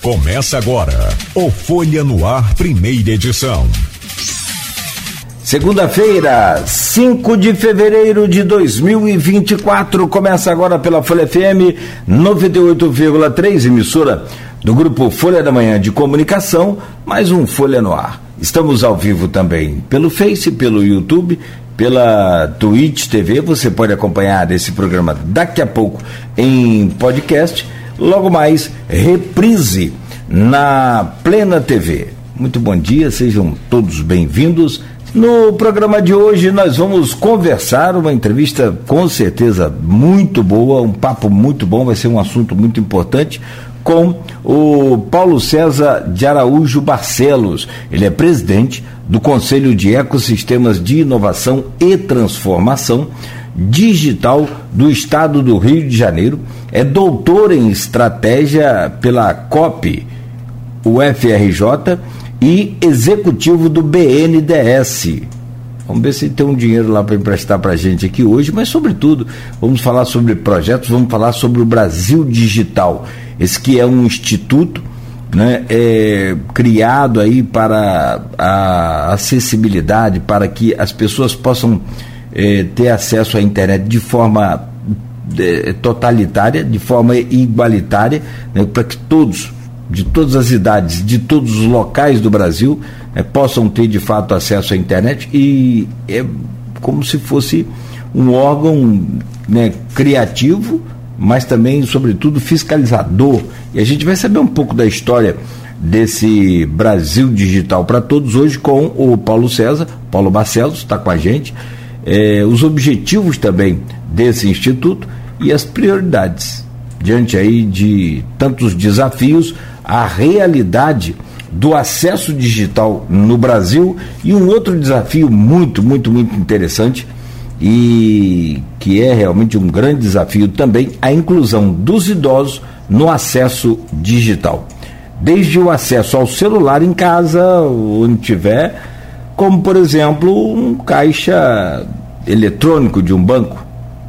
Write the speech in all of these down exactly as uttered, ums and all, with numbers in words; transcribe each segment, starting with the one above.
Começa agora o Folha no Ar, primeira edição. Segunda-feira, cinco de fevereiro de dois mil e vinte e quatro, começa agora pela Folha F M noventa e oito vírgula três, emissora do grupo Folha da Manhã de Comunicação, mais um Folha no Ar. Estamos ao vivo também pelo Face, pelo YouTube, pela Twitch T V. Você pode acompanhar esse programa daqui a pouco em podcast, logo mais reprise na Plena T V. Muito bom dia, sejam todos bem-vindos. No programa de hoje nós vamos conversar, uma entrevista com certeza muito boa, um papo muito bom, vai ser um assunto muito importante, com o Paulo César de Araújo Barcelos. Ele é presidente do Conselho de Ecossistemas de Inovação e Transformação Digital do Estado do Rio de Janeiro, é doutor em estratégia pela C O P, U F R J, e executivo do B N D E S. Vamos ver se tem um dinheiro lá para emprestar para a gente aqui hoje, mas sobretudo vamos falar sobre projetos, vamos falar sobre o Brasil Digital, esse que é um instituto, né, é, criado aí para a acessibilidade, para que as pessoas possam é, ter acesso à internet de forma é, totalitária, de forma igualitária, né, para que todos, de todas as idades, de todos os locais do Brasil, né, possam ter de fato acesso à internet, e é como se fosse um órgão, né, criativo, mas também, sobretudo, fiscalizador. E a gente vai saber um pouco da história desse Brasil Digital para Todos hoje com o Paulo César, Paulo Barcelos está com a gente, é, os objetivos também desse instituto e as prioridades diante aí de tantos desafios, a realidade do acesso digital no Brasil, e um outro desafio muito, muito, muito interessante, e que é realmente um grande desafio também, a inclusão dos idosos no acesso digital, desde o acesso ao celular em casa, onde tiver, como por exemplo um caixa eletrônico de um banco,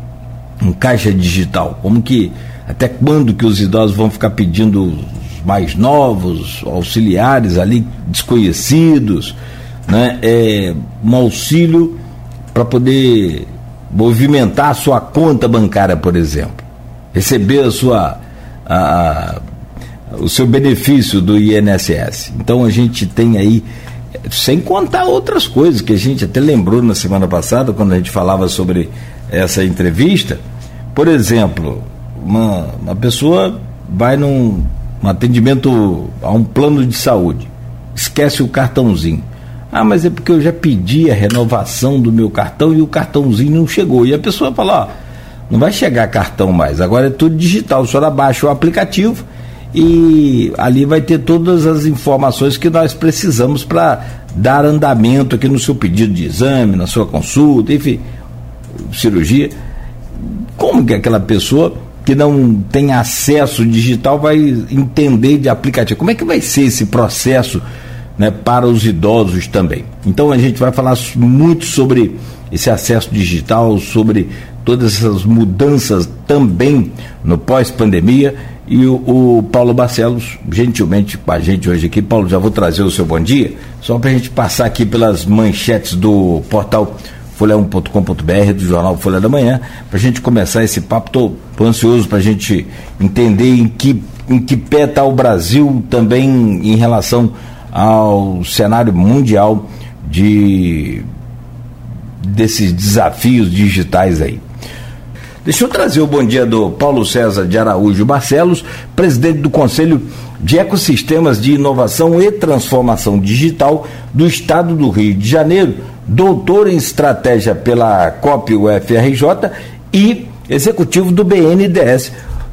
um caixa digital, como que até quando que os idosos vão ficar pedindo os mais novos, auxiliares ali desconhecidos, né? É, um auxílio para poder movimentar a sua conta bancária, por exemplo, receber a sua, a, a, o seu benefício do I N S S. Então a gente tem aí, sem contar outras coisas que a gente até lembrou na semana passada, quando a gente falava sobre essa entrevista. Por exemplo, uma, uma pessoa vai num um atendimento a um plano de saúde, esquece o cartãozinho. Ah, mas é porque eu já pedi a renovação do meu cartão e o cartãozinho não chegou. E a pessoa fala, ó, não vai chegar cartão mais, agora é tudo digital, o senhor abaixa o aplicativo e ali vai ter todas as informações que nós precisamos para dar andamento aqui no seu pedido de exame, na sua consulta, enfim, cirurgia. Como que aquela pessoa que não tem acesso digital vai entender de aplicativo? Como é que vai ser esse processo, né, para os idosos também? Então a gente vai falar muito sobre esse acesso digital, sobre todas essas mudanças também no pós-pandemia, e o, o Paulo Barcelos, gentilmente com a gente hoje aqui. Paulo, já vou trazer o seu bom dia, só para a gente passar aqui pelas manchetes do portal folha um ponto com ponto b r, do jornal Folha da Manhã, para a gente começar esse papo. Estou ansioso para a gente entender em que, em que pé está o Brasil também em relação ao cenário mundial de desses desafios digitais aí. Deixa eu trazer o bom dia do Paulo César de Araújo Barcelos, presidente do Conselho de Ecossistemas de Inovação e Transformação Digital do Estado do Rio de Janeiro, doutor em estratégia pela C O P U F R J e executivo do B N D E S.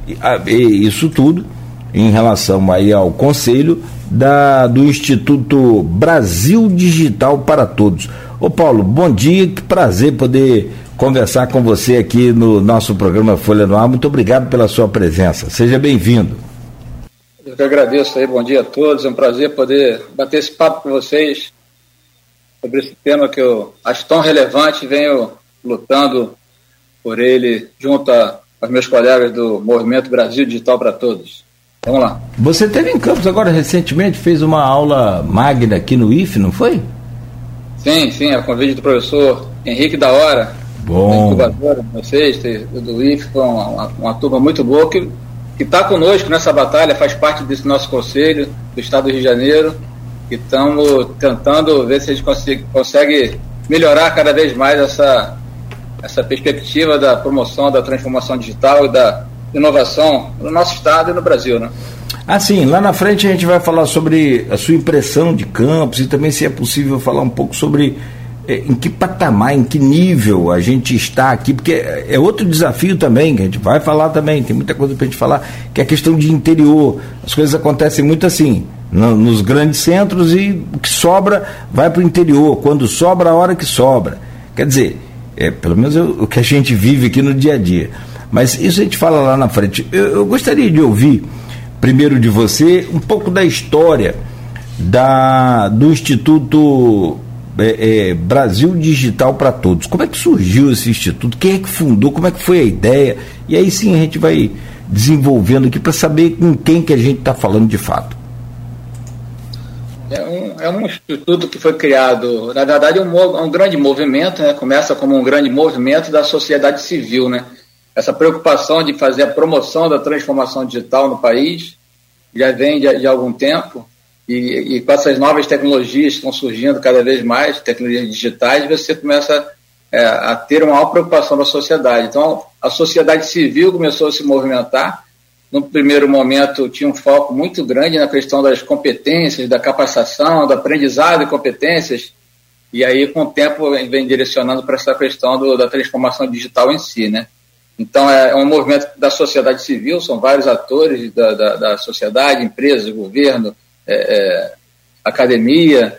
E isso tudo em relação aí ao Conselho da, do Instituto Brasil Digital para Todos. Ô Paulo, bom dia, que prazer poder conversar com você aqui no nosso programa Folha no Ar. Muito obrigado pela sua presença, seja bem-vindo. Eu que agradeço aí, bom dia a todos, é um prazer poder bater esse papo com vocês sobre esse tema que eu acho tão relevante e venho lutando por ele junto a, aos meus colegas do Movimento Brasil Digital para Todos. Vamos lá. Você teve em Campos agora recentemente, fez uma aula magna aqui no I F, não foi? Sim, sim, a convite do professor Henrique da Hora. Bom. Incubadora de vocês, do I F, foi uma, uma, uma turma muito boa que está conosco nessa batalha, faz parte desse nosso conselho do Estado do Rio de Janeiro, e estamos tentando ver se a gente consegue, consegue melhorar cada vez mais essa, essa perspectiva da promoção da transformação digital e da inovação no nosso Estado e no Brasil, né? Assim, lá na frente a gente vai falar sobre a sua impressão de Campos e também, se é possível, falar um pouco sobre eh, em que patamar, em que nível a gente está aqui, porque é outro desafio também, que a gente vai falar também, tem muita coisa para a gente falar, que é a questão de interior. As coisas acontecem muito assim, no, nos grandes centros, e o que sobra vai para o interior, quando sobra, a hora que sobra. Quer dizer, é, pelo menos é o que a gente vive aqui no dia a dia. Mas isso a gente fala lá na frente. Eu, eu gostaria de ouvir primeiro de você um pouco da história da, do Instituto é, é, Brasil Digital para Todos. Como é que surgiu esse instituto? Quem é que fundou? Como é que foi a ideia? E aí sim a gente vai desenvolvendo aqui para saber com quem que a gente está falando de fato. É um, é um instituto que foi criado, na verdade, um, um grande movimento, né? Começa como um grande movimento da sociedade civil, né? Essa preocupação de fazer a promoção da transformação digital no país já vem de, de algum tempo, e, e com essas novas tecnologias que estão surgindo cada vez mais, tecnologias digitais, você começa é, a ter uma maior preocupação da sociedade. Então, a sociedade civil começou a se movimentar. No primeiro momento, tinha um foco muito grande na questão das competências, da capacitação, do aprendizado de competências, e aí, com o tempo, vem direcionando para essa questão do, da transformação digital em si, né? Então, é um movimento da sociedade civil, são vários atores da, da, da sociedade, empresas, governo, é, é, academia,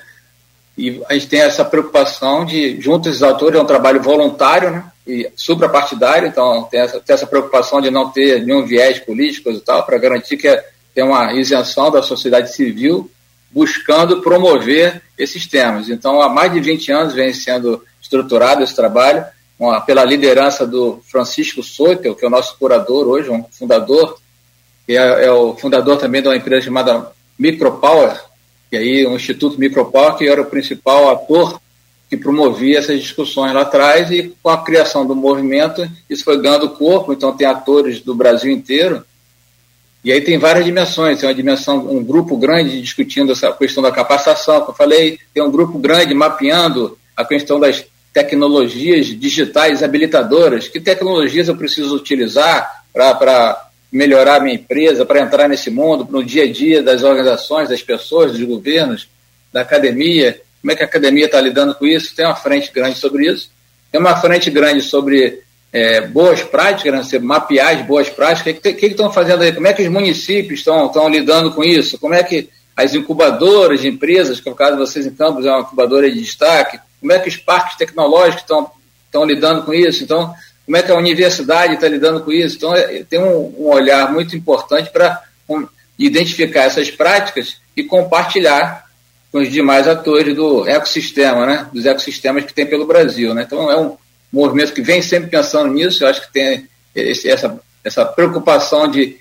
e a gente tem essa preocupação de, junto a esses atores, é um trabalho voluntário, né, e suprapartidário, então tem essa, tem essa preocupação de não ter nenhum viés político e tal, para garantir que é, tem uma isenção da sociedade civil, buscando promover esses temas. Então, há mais de vinte anos vem sendo estruturado esse trabalho, Uma, pela liderança do Francisco Soitel, que é o nosso curador hoje, um fundador, que é, é o fundador também de uma empresa chamada Micropower, e aí um Instituto Micropower, que era o principal ator que promovia essas discussões lá atrás, e com a criação do movimento, isso foi ganhando corpo, então tem atores do Brasil inteiro, e aí tem várias dimensões, tem uma dimensão, um grupo grande discutindo essa questão da capacitação, que eu falei, tem um grupo grande mapeando a questão das tecnologias digitais habilitadoras. Que tecnologias eu preciso utilizar para melhorar a minha empresa, para entrar nesse mundo, no dia a dia das organizações, das pessoas, dos governos, da academia? Como é que a academia está lidando com isso? Tem uma frente grande sobre isso. Tem uma frente grande sobre é, boas práticas, né? Você mapear as boas práticas. O que, que, que estão fazendo aí? Como é que os municípios estão, estão lidando com isso? Como é que as incubadoras de empresas, que no caso de vocês em Campos é uma incubadora de destaque, como é que os parques tecnológicos estão, estão lidando com isso? Então, como é que a universidade está lidando com isso? Então, é, tem um, um olhar muito importante para um, identificar essas práticas e compartilhar com os demais atores do ecossistema, né? Dos ecossistemas que tem pelo Brasil, né? Então, é um movimento que vem sempre pensando nisso. Eu acho que tem esse, essa, essa preocupação de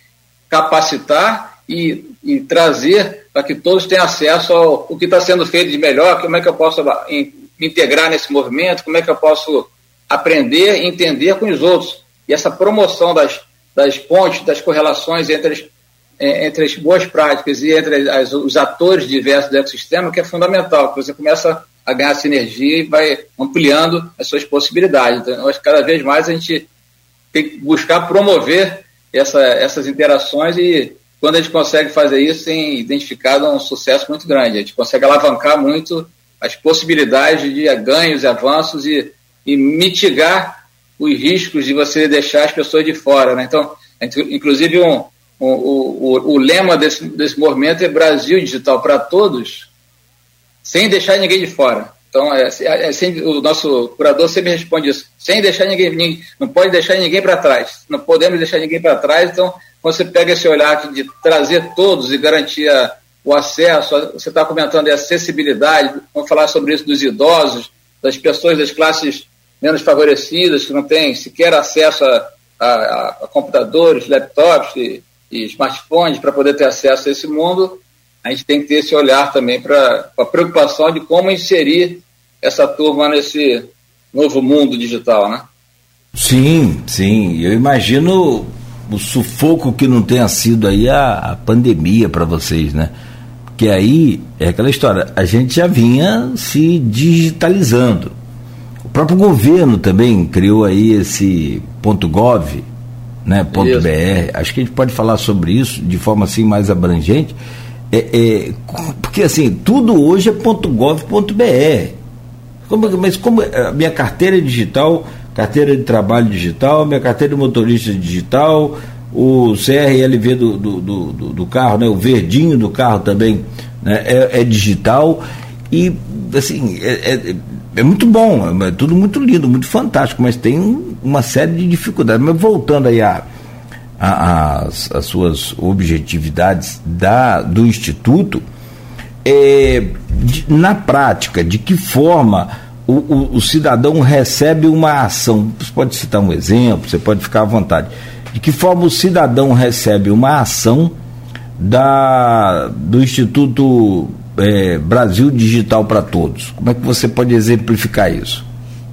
capacitar e, e trazer para que todos tenham acesso ao o que está sendo feito de melhor, como é que eu posso em, me integrar nesse movimento, como é que eu posso aprender e entender com os outros. E essa promoção das, das pontes, das correlações entre as, entre as boas práticas e entre as, os atores diversos do ecossistema, que é fundamental, que você começa a ganhar sinergia e vai ampliando as suas possibilidades. Então, eu acho que cada vez mais a gente tem que buscar promover essa, essas interações, e quando a gente consegue fazer isso, tem identificado um sucesso muito grande. A gente consegue alavancar muito as possibilidades de ganhos e avanços e, e mitigar os riscos de você deixar as pessoas de fora, né? Então, inclusive, um, um, o, o lema desse, desse movimento é Brasil Digital para Todos, sem deixar ninguém de fora. Então, é, é, é, o nosso curador sempre responde isso, sem deixar ninguém, ninguém não pode deixar ninguém para trás, não podemos deixar ninguém para trás. Então, quando você pega esse olhar de trazer todos e garantir a, o acesso, você está comentando a acessibilidade, vamos falar sobre isso dos idosos, das pessoas das classes menos favorecidas, que não têm sequer acesso a, a, a computadores, laptops e, e smartphones para poder ter acesso a esse mundo, a gente tem que ter esse olhar também para a preocupação de como inserir essa turma nesse novo mundo digital, né? Sim, sim. Eu imagino o sufoco que não tenha sido aí a, a pandemia para vocês, né? Porque aí é aquela história, a gente já vinha se digitalizando. O próprio governo também criou aí esse .gov, né? .br. Acho que a gente pode falar sobre isso de forma assim mais abrangente. É, é, porque assim, tudo hoje é .gov.br. Como, mas como a minha carteira é digital, carteira de trabalho digital, minha carteira de motorista digital, o C R L V do, do, do, do carro, né, o verdinho do carro também, né, é, é digital e assim, é, é, é muito bom, é tudo muito lindo, muito fantástico, mas tem uma série de dificuldades. Mas voltando aí a, a, as, as suas objetividades da, do Instituto, é, de, na prática, de que forma o, o, o cidadão recebe uma ação? Você pode citar um exemplo, você pode ficar à vontade. De que forma o cidadão recebe uma ação da, do Instituto é, Brasil Digital para Todos? Como é que você pode exemplificar isso?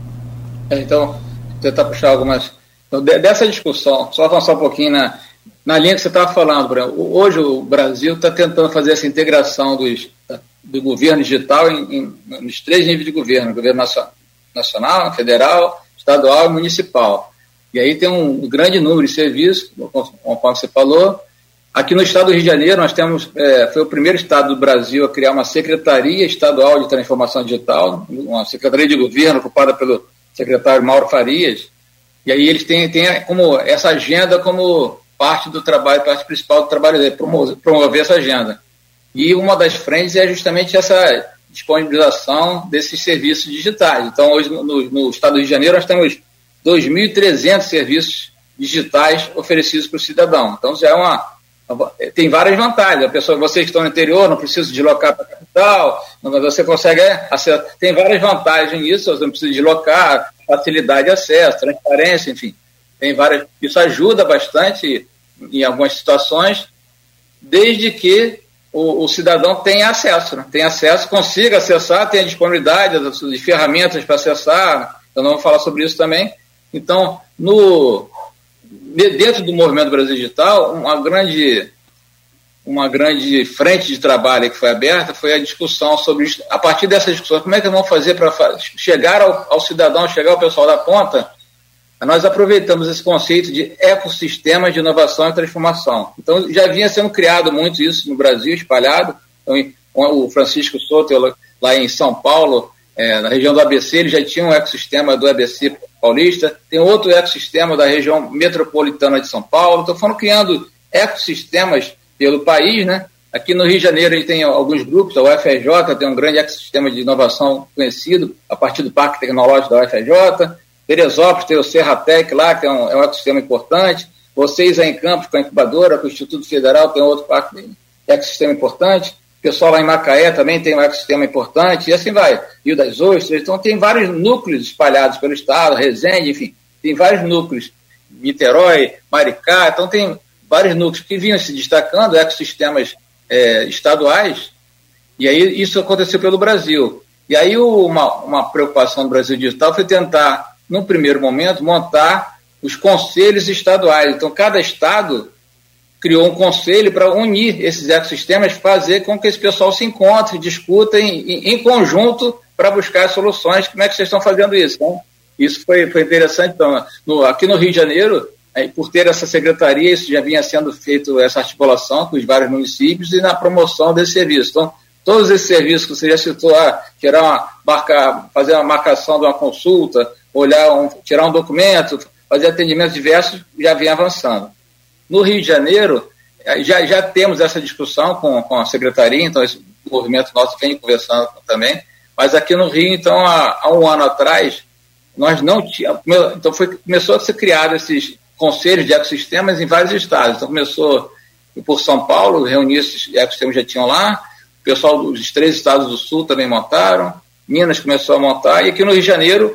É, então, tentar puxar algumas... Então, dessa discussão, só avançar um pouquinho na, na linha que você estava falando, Bruno. Hoje o Brasil está tentando fazer essa integração dos, do governo digital em, em, nos três níveis de governo, governo nacional, federal, estadual e municipal. E aí tem um grande número de serviços, conforme você falou. Aqui no estado do Rio de Janeiro, nós temos, é, foi o primeiro estado do Brasil a criar uma Secretaria Estadual de Transformação Digital, uma Secretaria de Governo ocupada pelo secretário Mauro Farias. E aí eles têm, têm como essa agenda como parte do trabalho, parte principal do trabalho dele, promover, promover essa agenda. E uma das frentes é justamente essa disponibilização desses serviços digitais. Então, hoje, no, no estado do Rio de Janeiro, nós temos dois mil e trezentos serviços digitais oferecidos para o cidadão. Então, já é uma, tem várias vantagens. A pessoa, vocês que estão no interior, não precisam deslocar para a capital, você consegue acessar. Tem várias vantagens nisso, você não precisa deslocar, facilidade de acesso, transparência, enfim. Tem várias. Isso ajuda bastante em algumas situações, desde que o, o cidadão tenha acesso, né? Tenha acesso, consiga acessar, tenha disponibilidade de ferramentas para acessar. Eu não vou falar sobre isso também. Então, no, dentro do movimento Brasil Digital, uma grande, uma grande frente de trabalho que foi aberta foi a discussão sobre isso. A partir dessa discussão, como é que vamos fazer para chegar ao, ao cidadão, chegar ao pessoal da ponta? Nós aproveitamos esse conceito de ecossistema de inovação e transformação. Então, já vinha sendo criado muito isso no Brasil, espalhado. Então, o Francisco Soto, lá em São Paulo, é, na região do A B C, ele já tinha um ecossistema do A B C paulista, tem outro ecossistema da região metropolitana de São Paulo. Então, foram criando ecossistemas pelo país, né? Aqui no Rio de Janeiro, a gente tem alguns grupos, a U F R J tem um grande ecossistema de inovação conhecido, a partir do Parque Tecnológico da U F R J. Teresópolis tem o Serratec lá, que é um, é um ecossistema importante. Vocês aí em Campos, com a incubadora, com o Instituto Federal, tem outro parque, ecossistema importante. O pessoal lá em Macaé também tem um ecossistema importante, e assim vai. Rio das Ostras, então tem vários núcleos espalhados pelo estado, Resende, enfim, tem vários núcleos. Niterói, Maricá, então tem vários núcleos que vinham se destacando, ecossistemas é, estaduais, e aí isso aconteceu pelo Brasil. E aí uma, uma preocupação do Brasil Digital foi tentar, num primeiro momento, montar os conselhos estaduais. Então, cada estado criou um conselho para unir esses ecossistemas, fazer com que esse pessoal se encontre, discutem em, em conjunto para buscar soluções. Como é que vocês estão fazendo isso? Então, isso foi, foi interessante. Então, no, aqui no Rio de Janeiro, é, por ter essa secretaria, isso já vinha sendo feito, essa articulação com os vários municípios e na promoção desse serviço. Então, todos esses serviços que você já citou, ah, tirar uma, marcar, fazer uma marcação de uma consulta, olhar um, tirar um documento, fazer atendimentos diversos, já vem avançando. No Rio de Janeiro, já, já temos essa discussão com, com a secretaria, então esse movimento nosso vem conversando também, mas aqui no Rio, então, há, há um ano atrás, nós não tínhamos, então foi, começou a ser criado esses conselhos de ecossistemas em vários estados. Então começou por São Paulo, reunir esses ecossistemas já tinham lá, o pessoal dos três estados do Sul também montaram, Minas começou a montar, e aqui no Rio de Janeiro,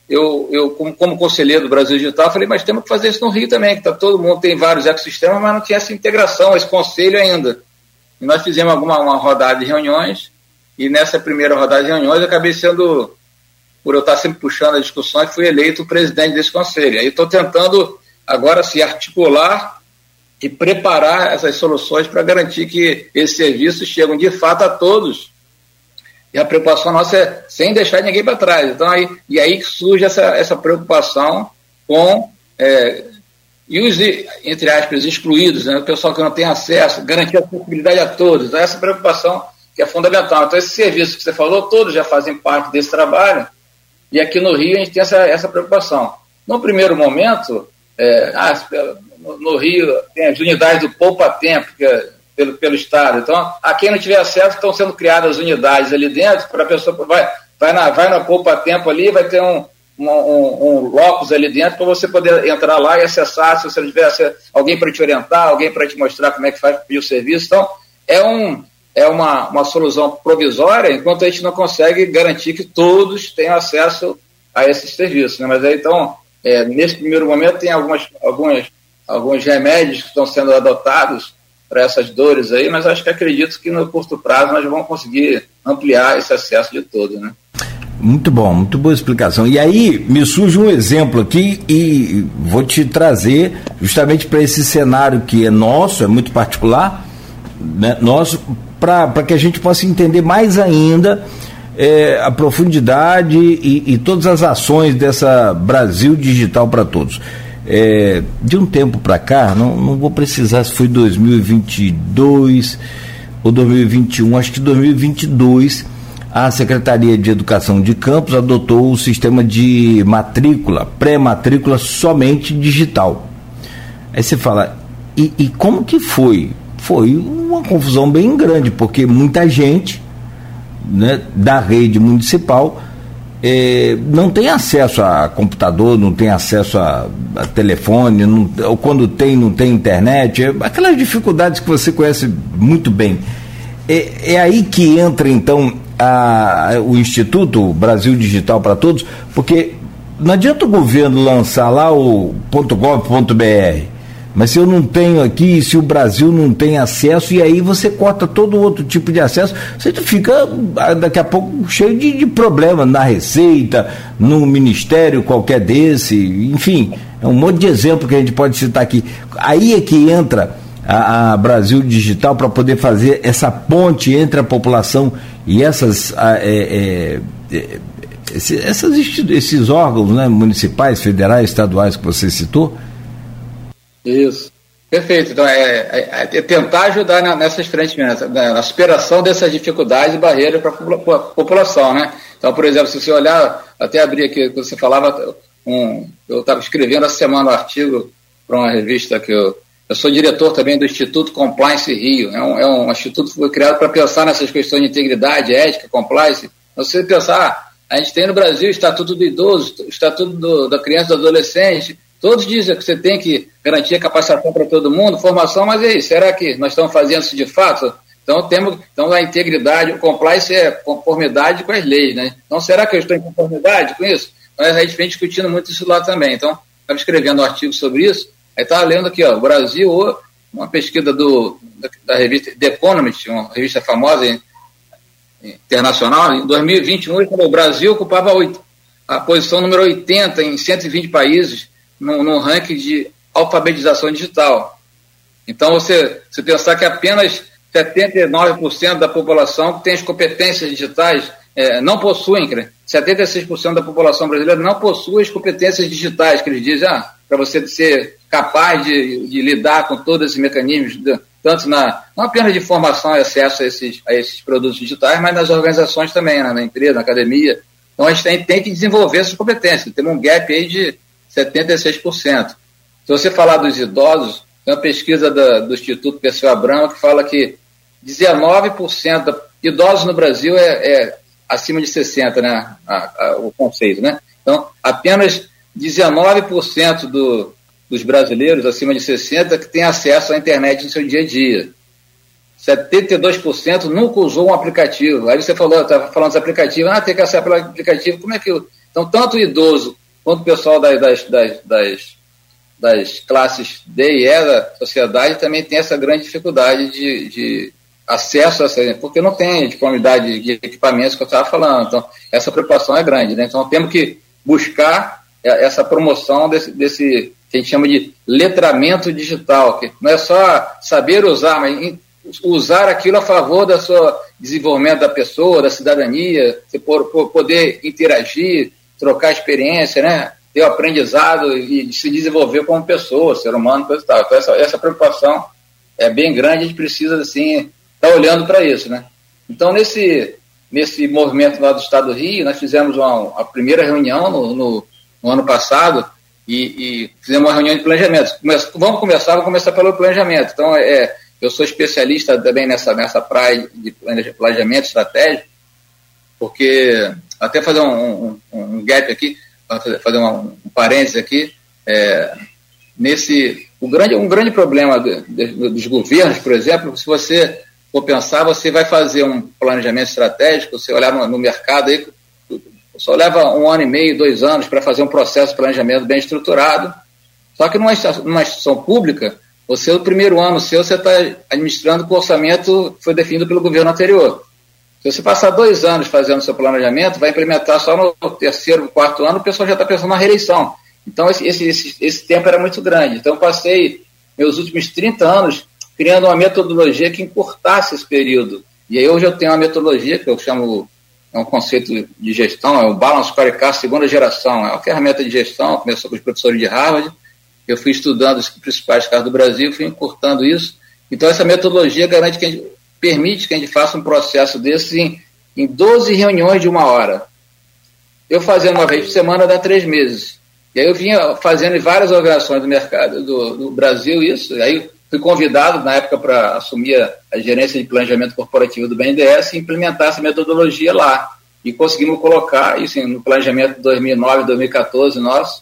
eu, eu como, como conselheiro do Brasil Digital, falei, mas temos que fazer isso no Rio também, que tá, todo mundo tem vários ecossistemas, mas não tinha essa integração, esse conselho ainda. E nós fizemos alguma uma rodada de reuniões, e nessa primeira rodada de reuniões eu acabei sendo, por eu estar sempre puxando as discussões, fui eleito o presidente desse conselho. Aí estou tentando agora se articular e preparar essas soluções para garantir que esses serviços chegam de fato a todos. E a preocupação nossa é sem deixar ninguém para trás. Então, aí, e aí que surge essa, essa preocupação com, é, e os, entre aspas, excluídos, né? O pessoal que não tem acesso, garantir a acessibilidade a todos. Então, essa preocupação que é fundamental. Então, esses serviços que você falou, todos já fazem parte desse trabalho, e aqui no Rio a gente tem essa, essa preocupação. No primeiro momento, é, ah, no, no Rio tem as unidades do Poupa Tempo, que é, Pelo, pelo Estado. Então, a quem não tiver acesso, estão sendo criadas unidades ali dentro, para a pessoa, vai, vai, na, vai na Poupa Tempo ali, vai ter um, um, um, um locus ali dentro, para você poder entrar lá e acessar, se você não tiver acesso, alguém para te orientar, alguém para te mostrar como é que faz para pedir o serviço. Então, é, um, é uma, uma solução provisória, enquanto a gente não consegue garantir que todos tenham acesso a esses serviços. Né? Mas aí, então, é, nesse primeiro momento, tem algumas, algumas, alguns remédios que estão sendo adotados para essas dores aí, mas acho que acredito que no curto prazo nós vamos conseguir ampliar esse acesso de todo, né? Muito bom, muito boa explicação. E aí me surge um exemplo aqui e vou te trazer justamente para esse cenário que é nosso, é muito particular, né, nosso, para que a gente possa entender mais ainda é, a profundidade e, e todas as ações dessa Brasil Digital para Todos. É, de um tempo para cá, não, não vou precisar se foi dois mil e vinte e dois ou dois mil e vinte e um, acho que dois mil e vinte e dois, a Secretaria de Educação de Campos adotou o sistema de matrícula, pré-matrícula somente digital. Aí você fala, e, e como que foi? Foi uma confusão bem grande, porque muita gente, né, da rede municipal É, não tem acesso a computador, não tem acesso a, a telefone, não, ou quando tem, não tem internet, é, aquelas dificuldades que você conhece muito bem. É, é aí que entra então a, o Instituto Brasil Digital para Todos, porque não adianta o governo lançar lá o .gov.br, mas se eu não tenho aqui, se o Brasil não tem acesso, e aí você corta todo outro tipo de acesso, você fica daqui a pouco cheio de, de problema na Receita, num ministério qualquer desse, enfim, é um monte de exemplo que a gente pode citar aqui. Aí é que entra a, a Brasil Digital para poder fazer essa ponte entre a população e essas, a, é, é, é, esse, essas esses órgãos, né, municipais, federais, estaduais que você citou. Isso, perfeito. Então, é, é, é tentar ajudar na, nessas frentes, na, na superação dessas dificuldades e barreiras para a população, né? Então, por exemplo, se você olhar, até abrir aqui, quando você falava, um, eu estava escrevendo essa semana um artigo para uma revista que eu, eu sou diretor também do Instituto Compliance Rio, é um, é um instituto que foi criado para pensar nessas questões de integridade, ética, compliance. Então, se você pensar, a gente tem no Brasil o Estatuto do Idoso, o Estatuto do, da Criança e do Adolescente. Todos dizem que você tem que garantir a capacitação para todo mundo, formação, mas e aí, será que nós estamos fazendo isso de fato? Então, temos, então a integridade, o compliance é conformidade com as leis, né? Então, será que eu estou em conformidade com isso? Mas a gente vem discutindo muito isso lá também. Então, estava escrevendo um artigo sobre isso, aí estava lendo aqui, ó, o Brasil, uma pesquisa do, da, da revista The Economist, uma revista famosa internacional, em dois mil e vinte e um, o Brasil ocupava a posição número oitenta em cento e vinte países, no, no ranking de alfabetização digital. Então, você, você pensar que apenas setenta e nove por cento da população que tem as competências digitais é, não possuem, setenta e seis por cento da população brasileira não possui as competências digitais, que eles dizem, ah, para você ser capaz de, de lidar com todos esses mecanismos, de, tanto na, não apenas de formação e acesso a esses, a esses produtos digitais, mas nas organizações também, né, na empresa, na academia. Então, a gente tem, tem que desenvolver essas competências. Temos um gap aí de setenta e seis por cento. Se você falar dos idosos, tem uma pesquisa da, do Instituto Perseu Abramo que fala que dezenove por cento da idosos no Brasil é, é acima de sessenta, né, a, a, o conceito, né? Então, apenas dezenove por cento do, dos brasileiros acima de sessenta que têm acesso à internet no seu dia a dia. setenta e dois por cento nunca usou um aplicativo. Aí você falou, estava falando dos aplicativos, ah, tem que acessar pelo aplicativo, como é que eu... Então, tanto o idoso quanto o pessoal das, das, das, das, das classes D e E da sociedade também tem essa grande dificuldade de, de acesso a essa, porque não tem disponibilidade de equipamentos que eu estava falando. Então, essa preocupação é grande, né? Então, temos que buscar essa promoção desse, desse que a gente chama de letramento digital, que não é só saber usar, mas usar aquilo a favor do seu desenvolvimento da pessoa, da cidadania, você poder interagir, trocar experiência, né? Ter o aprendizado e se desenvolver como pessoa, ser humano, coisa e tal. Então, essa, essa preocupação é bem grande, a gente precisa, assim, estar olhando para isso, né? Então, nesse, nesse movimento lá do Estado do Rio, nós fizemos uma, a primeira reunião no, no, no ano passado, e, e fizemos uma reunião de planejamento. Vamos começar, vamos começar pelo planejamento. Então, é, eu sou especialista também nessa, nessa praia de planejamento estratégico, porque, até fazer um, um, um gap aqui, fazer um, um parênteses aqui, é, nesse, o grande, um grande problema de, de, dos governos, por exemplo, se você for pensar, você vai fazer um planejamento estratégico, você olhar no, no mercado aí, só leva um ano e meio, dois anos para fazer um processo de planejamento bem estruturado. Só que numa, numa instituição pública, você, no primeiro ano seu, você está administrando com o orçamento que foi definido pelo governo anterior. Se você passar dois anos fazendo seu planejamento, vai implementar só no terceiro, quarto ano, o pessoal já está pensando na reeleição. Então, esse, esse, esse, esse tempo era muito grande. Então, eu passei meus últimos trinta anos criando uma metodologia que encurtasse esse período. E aí, hoje eu tenho uma metodologia que eu chamo... é um conceito de gestão, é o Balance Scorecard segunda geração, é uma ferramenta de gestão, começou com os professores de Harvard, eu fui estudando os principais casos do Brasil, fui encurtando isso. Então, essa metodologia garante que a gente, permite que a gente faça um processo desse em, em doze reuniões de uma hora. Eu fazendo uma vez por semana dá três meses. E aí eu vinha fazendo em várias organizações do mercado do, do Brasil isso, e aí fui convidado, na época, para assumir a, a gerência de planejamento corporativo do B N D E S e implementar essa metodologia lá. E conseguimos colocar isso no planejamento de dois mil e nove, dois mil e catorze nosso.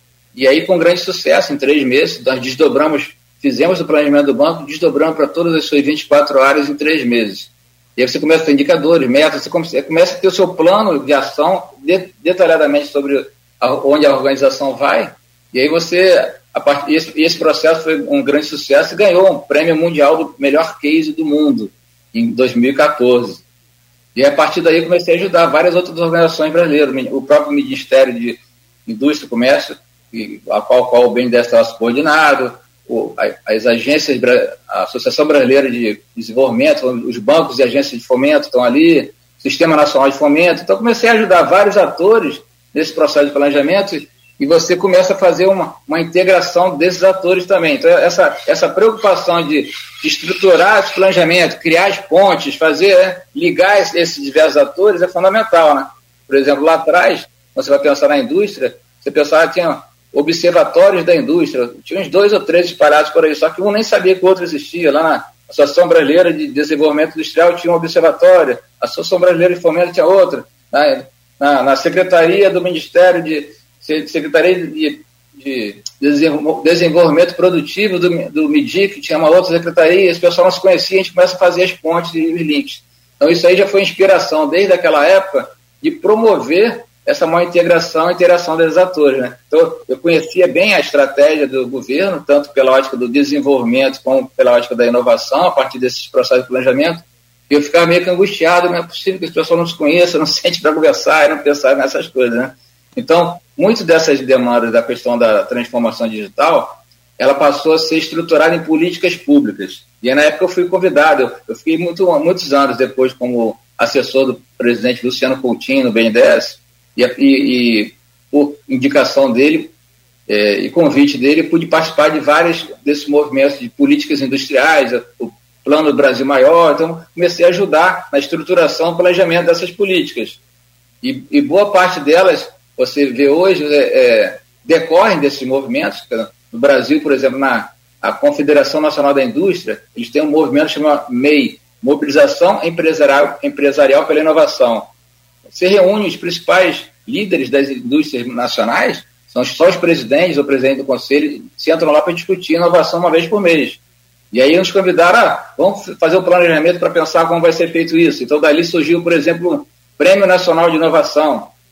E aí, com grande sucesso, em três meses, nós desdobramos, fizemos o planejamento do banco, desdobramos para todas as suas vinte e quatro áreas em três meses. E aí você começa a ter indicadores, metas, você começa a ter o seu plano de ação de, detalhadamente sobre a, onde a organização vai. E aí você... A part... esse, esse processo foi um grande sucesso e ganhou um prêmio mundial do melhor case do mundo em dois mil e catorze. E a partir daí eu comecei a ajudar várias outras organizações brasileiras, o próprio Ministério de Indústria e Comércio, a qual, qual o B N D E S estava subordinado, o, as agências, a Associação Brasileira de Desenvolvimento, os bancos e agências de fomento estão ali, o Sistema Nacional de Fomento. Então comecei a ajudar vários atores nesse processo de planejamento e você começa a fazer uma, uma integração desses atores também. Então, essa, essa preocupação de, de estruturar esse planejamento, criar as pontes, fazer, né, ligar esses, esses diversos atores é fundamental, né? Por exemplo, lá atrás, você vai pensar na indústria, você pensava que tinha observatórios da indústria, tinha uns dois ou três espalhados por aí, só que um nem sabia que o outro existia. Lá na Associação Brasileira de Desenvolvimento Industrial tinha um observatório, a Associação Brasileira de Fomento tinha outra, na, na, na Secretaria do Ministério de Secretaria de, de Desenvolvimento Produtivo do, do M I D I, que tinha uma outra secretaria, esse pessoal não se conhecia, a gente começa a fazer as pontes e os links. Então isso aí já foi inspiração, desde aquela época, de promover essa maior integração e interação desses atores, né? Então eu conhecia bem a estratégia do governo, tanto pela ótica do desenvolvimento como pela ótica da inovação, a partir desses processos de planejamento, e eu ficava meio que angustiado, não é possível que esse pessoal não se conheça, não se sente para conversar e não pensar nessas coisas, né? Então, muito dessas demandas da questão da transformação digital, ela passou a ser estruturada em políticas públicas. E aí, na época eu fui convidado, eu fiquei muito, muitos anos depois como assessor do presidente Luciano Coutinho no B N D E S, e, e, e por indicação dele é, e convite dele, pude participar de vários desses movimentos de políticas industriais, o Plano do Brasil Maior, então comecei a ajudar na estruturação e planejamento dessas políticas. E, e boa parte delas, você vê hoje, é, é, decorrem desses movimentos. No Brasil, por exemplo, na a Confederação Nacional da Indústria, eles têm um movimento chamado M E I, Mobilização Empresarial, Empresarial pela Inovação. Você reúne os principais líderes das indústrias nacionais, são só os presidentes ou presidente do conselho, se entram lá para discutir inovação uma vez por mês. E aí nos convidaram, ah, vamos fazer o planejamento para pensar como vai ser feito isso. Então, dali surgiu, por exemplo, o Prêmio Nacional de Inovação.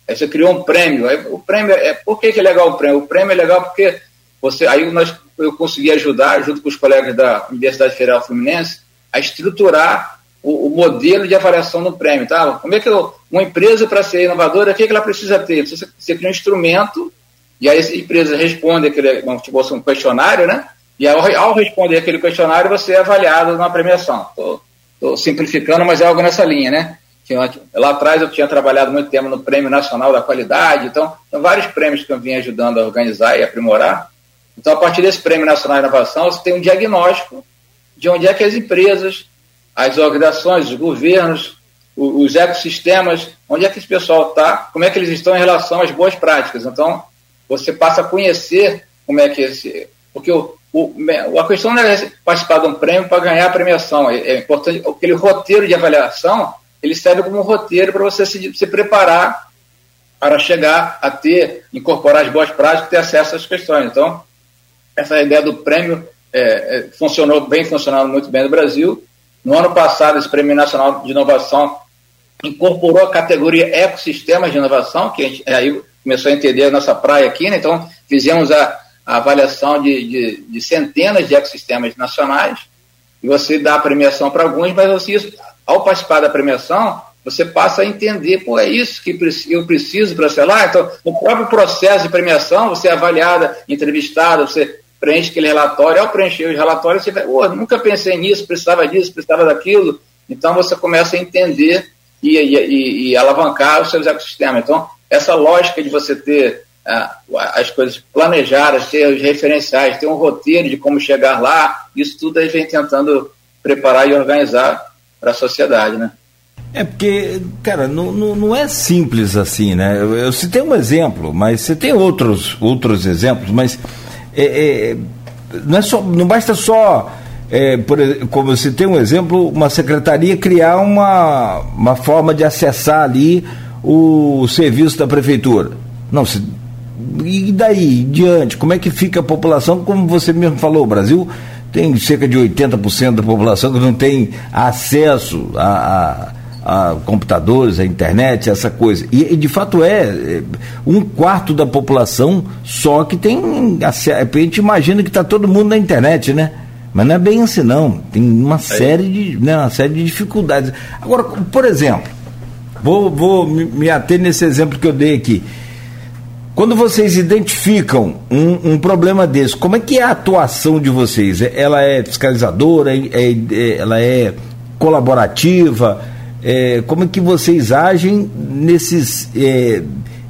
Aí você criou um prêmio. Aí o prêmio é, por que, que é legal o prêmio? O prêmio é legal porque você, aí nós, eu consegui ajudar, junto com os colegas da Universidade Federal Fluminense, a estruturar o, o modelo de avaliação do prêmio. Tá? Como é que eu, uma empresa, para ser inovadora, o que, que ela precisa ter? Você, você cria um instrumento, e aí a empresa responde aquele, vamos tipo, um questionário, né? E ao, ao responder aquele questionário, você é avaliado numa premiação. Estou simplificando, mas é algo nessa linha, né? Lá atrás eu tinha trabalhado muito tempo no Prêmio Nacional da Qualidade, então, são vários prêmios que eu vim ajudando a organizar e aprimorar. Então, a partir desse Prêmio Nacional de Inovação, você tem um diagnóstico de onde é que as empresas, as organizações, os governos, os ecossistemas, onde é que esse pessoal está, como é que eles estão em relação às boas práticas. Então, você passa a conhecer como é que esse... Porque o, o, a questão não é participar de um prêmio para ganhar a premiação. É, é importante, aquele roteiro de avaliação, ele serve como um roteiro para você se, se preparar para chegar a ter, incorporar as boas práticas e ter acesso às questões. Então, essa ideia do prêmio é, é, funcionou bem, funcionando muito bem no Brasil. No ano passado, esse Prêmio Nacional de Inovação incorporou a categoria Ecossistemas de Inovação, que a gente aí começou a entender a nossa praia aqui, né? Então, fizemos a, a avaliação de, de, de centenas de ecossistemas nacionais, e você dá a premiação para alguns, mas você, ao participar da premiação, você passa a entender, pô, é isso que eu preciso para ser lá. Então, no próprio processo de premiação, você é avaliada, entrevistada, você preenche aquele relatório. Ao preencher os relatórios, você vai, pô, nunca pensei nisso, precisava disso, precisava daquilo. Então, você começa a entender e, e, e alavancar os seus ecossistemas. Então, essa lógica de você ter ah, as coisas planejadas, ter os referenciais, ter um roteiro de como chegar lá, isso tudo a gente vem tentando preparar e organizar para a sociedade, né? É porque, cara, não, não, não é simples assim, né? Eu, eu citei um exemplo, mas você tem outros, outros exemplos, mas é, é, não, é só, não basta só, é, por, como eu citei um exemplo, uma secretaria criar uma, uma forma de acessar ali o serviço da prefeitura. Não, se, e daí, diante, como é que fica a população? Como você mesmo falou, o Brasil tem cerca de oitenta por cento da população que não tem acesso a, a, a computadores, a internet, essa coisa. E, e de fato é, é um quarto da população só que tem acesso. A gente imagina que está todo mundo na internet, né? Mas não é bem assim, não. Tem uma série de, né, uma série de dificuldades. Agora, por exemplo, vou, vou me ater nesse exemplo que eu dei aqui. Quando vocês identificam um, um problema desse, como é que é a atuação de vocês? Ela é fiscalizadora? É, é, ela é colaborativa? É, como é que vocês agem nesses é,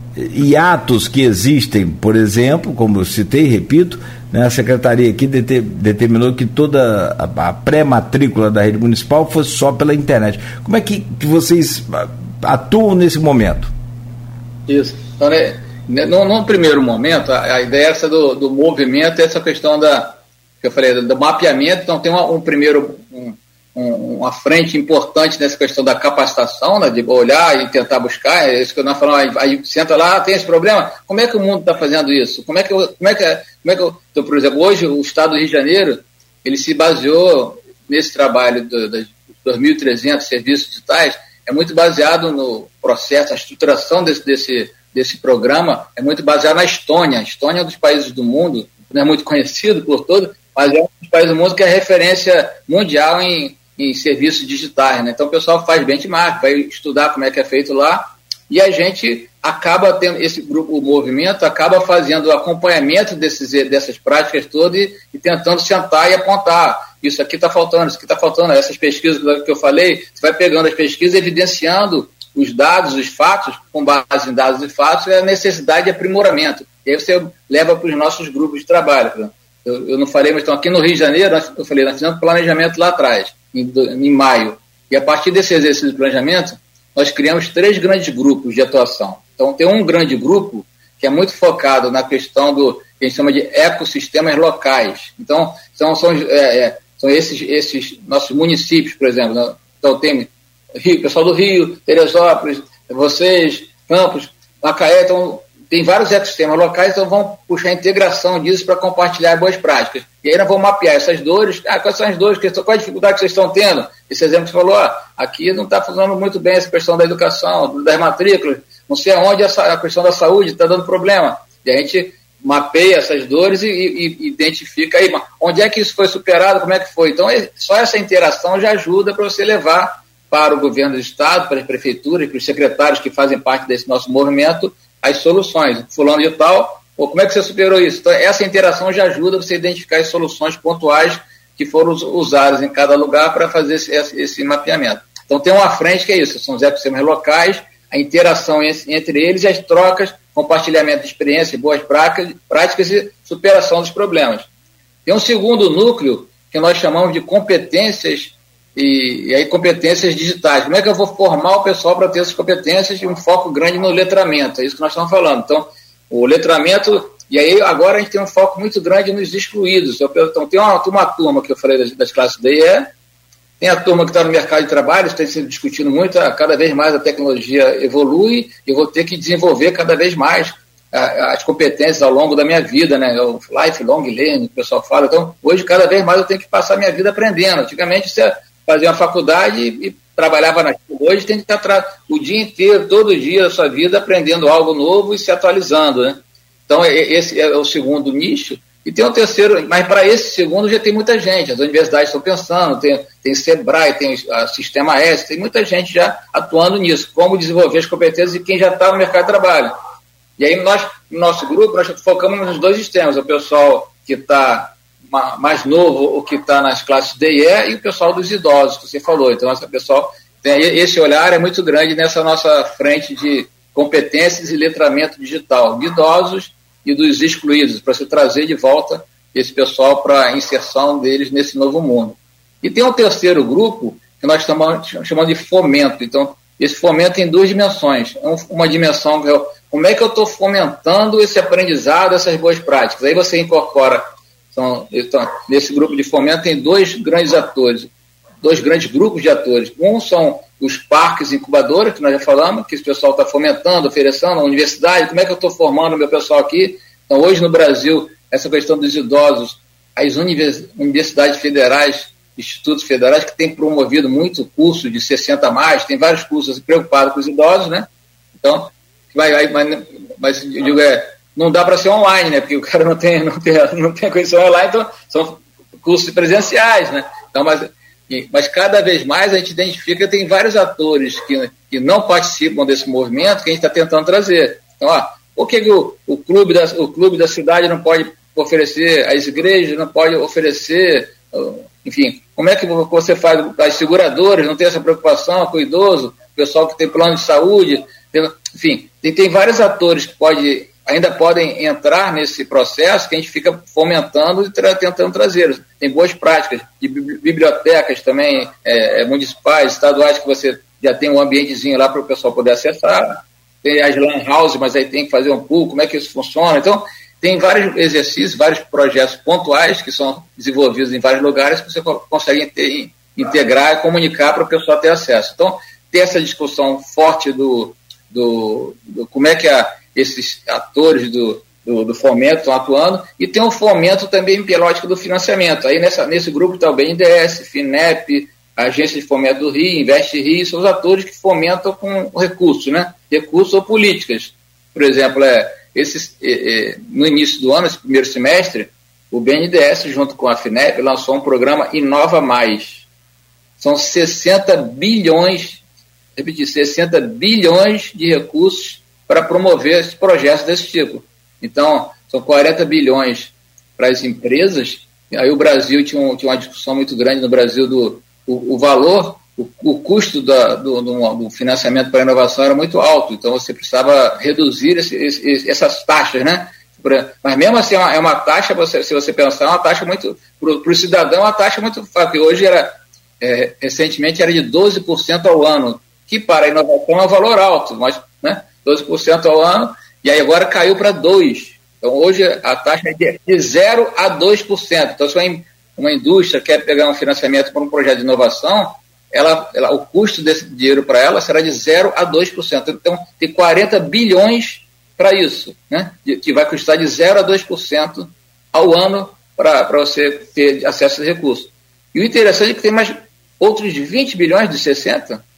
hiatos que existem? Por exemplo, como eu citei, repito, né, a secretaria aqui deter, determinou que toda a, a pré-matrícula da rede municipal fosse só pela internet. Como é que, que vocês atuam nesse momento? Isso. Então, né, No, no primeiro momento, a, a ideia é essa do, do movimento, essa questão da, que eu falei, do, do mapeamento. Então, tem uma, um primeiro, um, um, uma frente importante nessa questão da capacitação, né, de olhar e tentar buscar. É isso que nós falamos, aí, aí senta lá, tem esse problema, como é que o mundo está fazendo isso? Como é que, eu, como é que, como é que eu, então, por exemplo, hoje o Estado do Rio de Janeiro, ele se baseou nesse trabalho dos do, dois mil e trezentos serviços digitais, é muito baseado no processo, a estruturação desse, desse desse programa é muito baseado na Estônia. A Estônia é um dos países do mundo, não é muito conhecido por todo, mas é um dos países do mundo que é referência mundial em, em serviços digitais, né? Então o pessoal faz benchmark, vai estudar como é que é feito lá, e a gente acaba tendo, esse grupo, o movimento, acaba fazendo o acompanhamento desses, dessas práticas todas e, e tentando sentar e apontar, isso aqui está faltando, isso aqui está faltando, essas pesquisas que eu falei, você vai pegando as pesquisas, evidenciando os dados, os fatos, com base em dados e fatos, é a necessidade de aprimoramento. E aí você leva para os nossos grupos de trabalho. Eu, eu não falei, mas então aqui no Rio de Janeiro, eu falei, nós fizemos planejamento lá atrás, em, em maio. E a partir desse exercício de planejamento, nós criamos três grandes grupos de atuação. Então tem um grande grupo que é muito focado na questão do que a gente chama de ecossistemas locais. Então, são, são, é, é, são esses, esses nossos municípios, por exemplo. Né? Então tem Rio, pessoal do Rio, Teresópolis, vocês, Campos, Macaé, então tem vários ecossistemas locais, então vão puxar a integração disso para compartilhar boas práticas. E aí nós vamos mapear essas dores. Ah, quais são as dores? Qual a dificuldade que vocês estão tendo? Esse exemplo que você falou, ah, aqui não está funcionando muito bem essa questão da educação, das matrículas. não sei aonde essa, a questão da saúde está dando problema. E a gente mapeia essas dores e, e, e identifica aí, onde é que isso foi superado, como é que foi. Então, só essa interação já ajuda para você levar para o governo do Estado, para as prefeituras, para os secretários que fazem parte desse nosso movimento, as soluções. Fulano de tal, pô, como é que você superou isso? Então, essa interação já ajuda você a identificar as soluções pontuais que foram usadas em cada lugar para fazer esse, esse mapeamento. Então, tem uma frente que é isso, são os ecossistemas locais, a interação entre eles e as trocas, compartilhamento de experiências, boas práticas, práticas e superação dos problemas. Tem um segundo núcleo que nós chamamos de competências e, e aí competências digitais. Como é que eu vou formar o pessoal para ter essas competências e um foco grande no letramento? É isso que nós estamos falando. Então, o letramento, e aí agora a gente tem um foco muito grande nos excluídos. Então, tem uma, uma turma que eu falei das, das classes D E E, tem a turma que está no mercado de trabalho, tem sido discutindo muito, cada vez mais a tecnologia evolui e eu vou ter que desenvolver cada vez mais a, as competências ao longo da minha vida, né? O lifelong learning, que o pessoal fala. Então, hoje, cada vez mais eu tenho que passar a minha vida aprendendo. Antigamente, você fazia uma faculdade e, e trabalhava naquilo. Hoje tem que estar o dia inteiro, todo dia da sua vida, aprendendo algo novo e se atualizando, né? Então, esse é o segundo nicho. E tem um terceiro, mas para esse segundo já tem muita gente, as universidades estão pensando, tem, tem Sebrae, tem a Sistema S, tem muita gente já atuando nisso, como desenvolver as competências de quem já está no mercado de trabalho. E aí nós, no nosso grupo, nós focamos nos dois sistemas, o pessoal que está mais novo, o que está nas classes D e E, e o pessoal dos idosos, que você falou. Então, esse pessoal tem, esse olhar é muito grande nessa nossa frente de competências e letramento digital, de idosos e dos excluídos, para se trazer de volta esse pessoal para a inserção deles nesse novo mundo. E tem um terceiro grupo que nós chamamos, chamamos de fomento. Então, esse fomento tem duas dimensões. Uma dimensão que é como é que eu estou fomentando esse aprendizado, essas boas práticas. Aí você incorpora, então, nesse grupo de fomento tem dois grandes atores, dois grandes grupos de atores. Um são os parques incubadores, que nós já falamos, que esse pessoal está fomentando, oferecendo, a universidade, como é que eu estou formando o meu pessoal aqui. Então, hoje no Brasil, essa questão dos idosos, as universidades federais, institutos federais, que têm promovido muito curso de sessenta a mais, tem vários cursos preocupados com os idosos, né? Então, vai, vai, mas, mas eu digo, é, não dá para ser online, né? Porque o cara não tem, não tem, não tem condição online, então são cursos presenciais, né? Então, mas... Mas cada vez mais a gente identifica que tem vários atores que, que não participam desse movimento que a gente está tentando trazer. Então, ó, por que, que o, o, clube da, o clube da cidade não pode oferecer, as igrejas não podem oferecer, enfim, como é que você faz, as seguradoras não tem essa preocupação com o idoso, o pessoal que tem plano de saúde, enfim, tem, tem vários atores que pode, ainda podem entrar nesse processo que a gente fica fomentando e tra- tentando trazer. Tem boas práticas de bibliotecas também, é, municipais, estaduais, que você já tem um ambientezinho lá para o pessoal poder acessar. Tem as lan house, mas aí tem que fazer um pool, como é que isso funciona. Então, tem vários exercícios, vários projetos pontuais que são desenvolvidos em vários lugares que você consegue ter, integrar e comunicar para o pessoal ter acesso. Então, tem essa discussão forte do, do, do como é que a, esses atores do Do, do fomento estão atuando, e tem um fomento também pela ótica do financiamento. Aí nessa, nesse grupo está o B N D E S, FINEP, a Agência de Fomento do Rio, Investe Rio, são os atores que fomentam com recursos, né? Recursos ou políticas. Por exemplo, é, esses, é, é, no início do ano, esse primeiro semestre, o B N D E S, junto com a FINEP, lançou um programa Inova Mais. São sessenta bilhões, repetir, sessenta bilhões de recursos para promover esses projetos desse tipo. Então, são quarenta bilhões para as empresas. Aí o Brasil tinha, um, tinha uma discussão muito grande no Brasil do o, o valor, o, o custo da, do, do, do financiamento para a inovação era muito alto. Então, você precisava reduzir esse, esse, essas taxas, né? Mas mesmo assim, é uma, é uma taxa, você, se você pensar, é uma taxa muito... Para o cidadão, é uma taxa muito... Porque hoje, era, é, recentemente, era de doze por cento ao ano, que para a inovação é um valor alto, mas, né? doze por cento ao ano... E aí agora caiu para dois por cento. Então, hoje a taxa é de zero a dois por cento. Então, se uma, uma indústria quer pegar um financiamento para um projeto de inovação, ela, ela, o custo desse dinheiro para ela será de zero a dois por cento. Então, tem quarenta bilhões para isso, né? De, que vai custar de zero a dois por cento ao ano para você ter acesso a recursos. E o interessante é que tem mais outros vinte bilhões de sessenta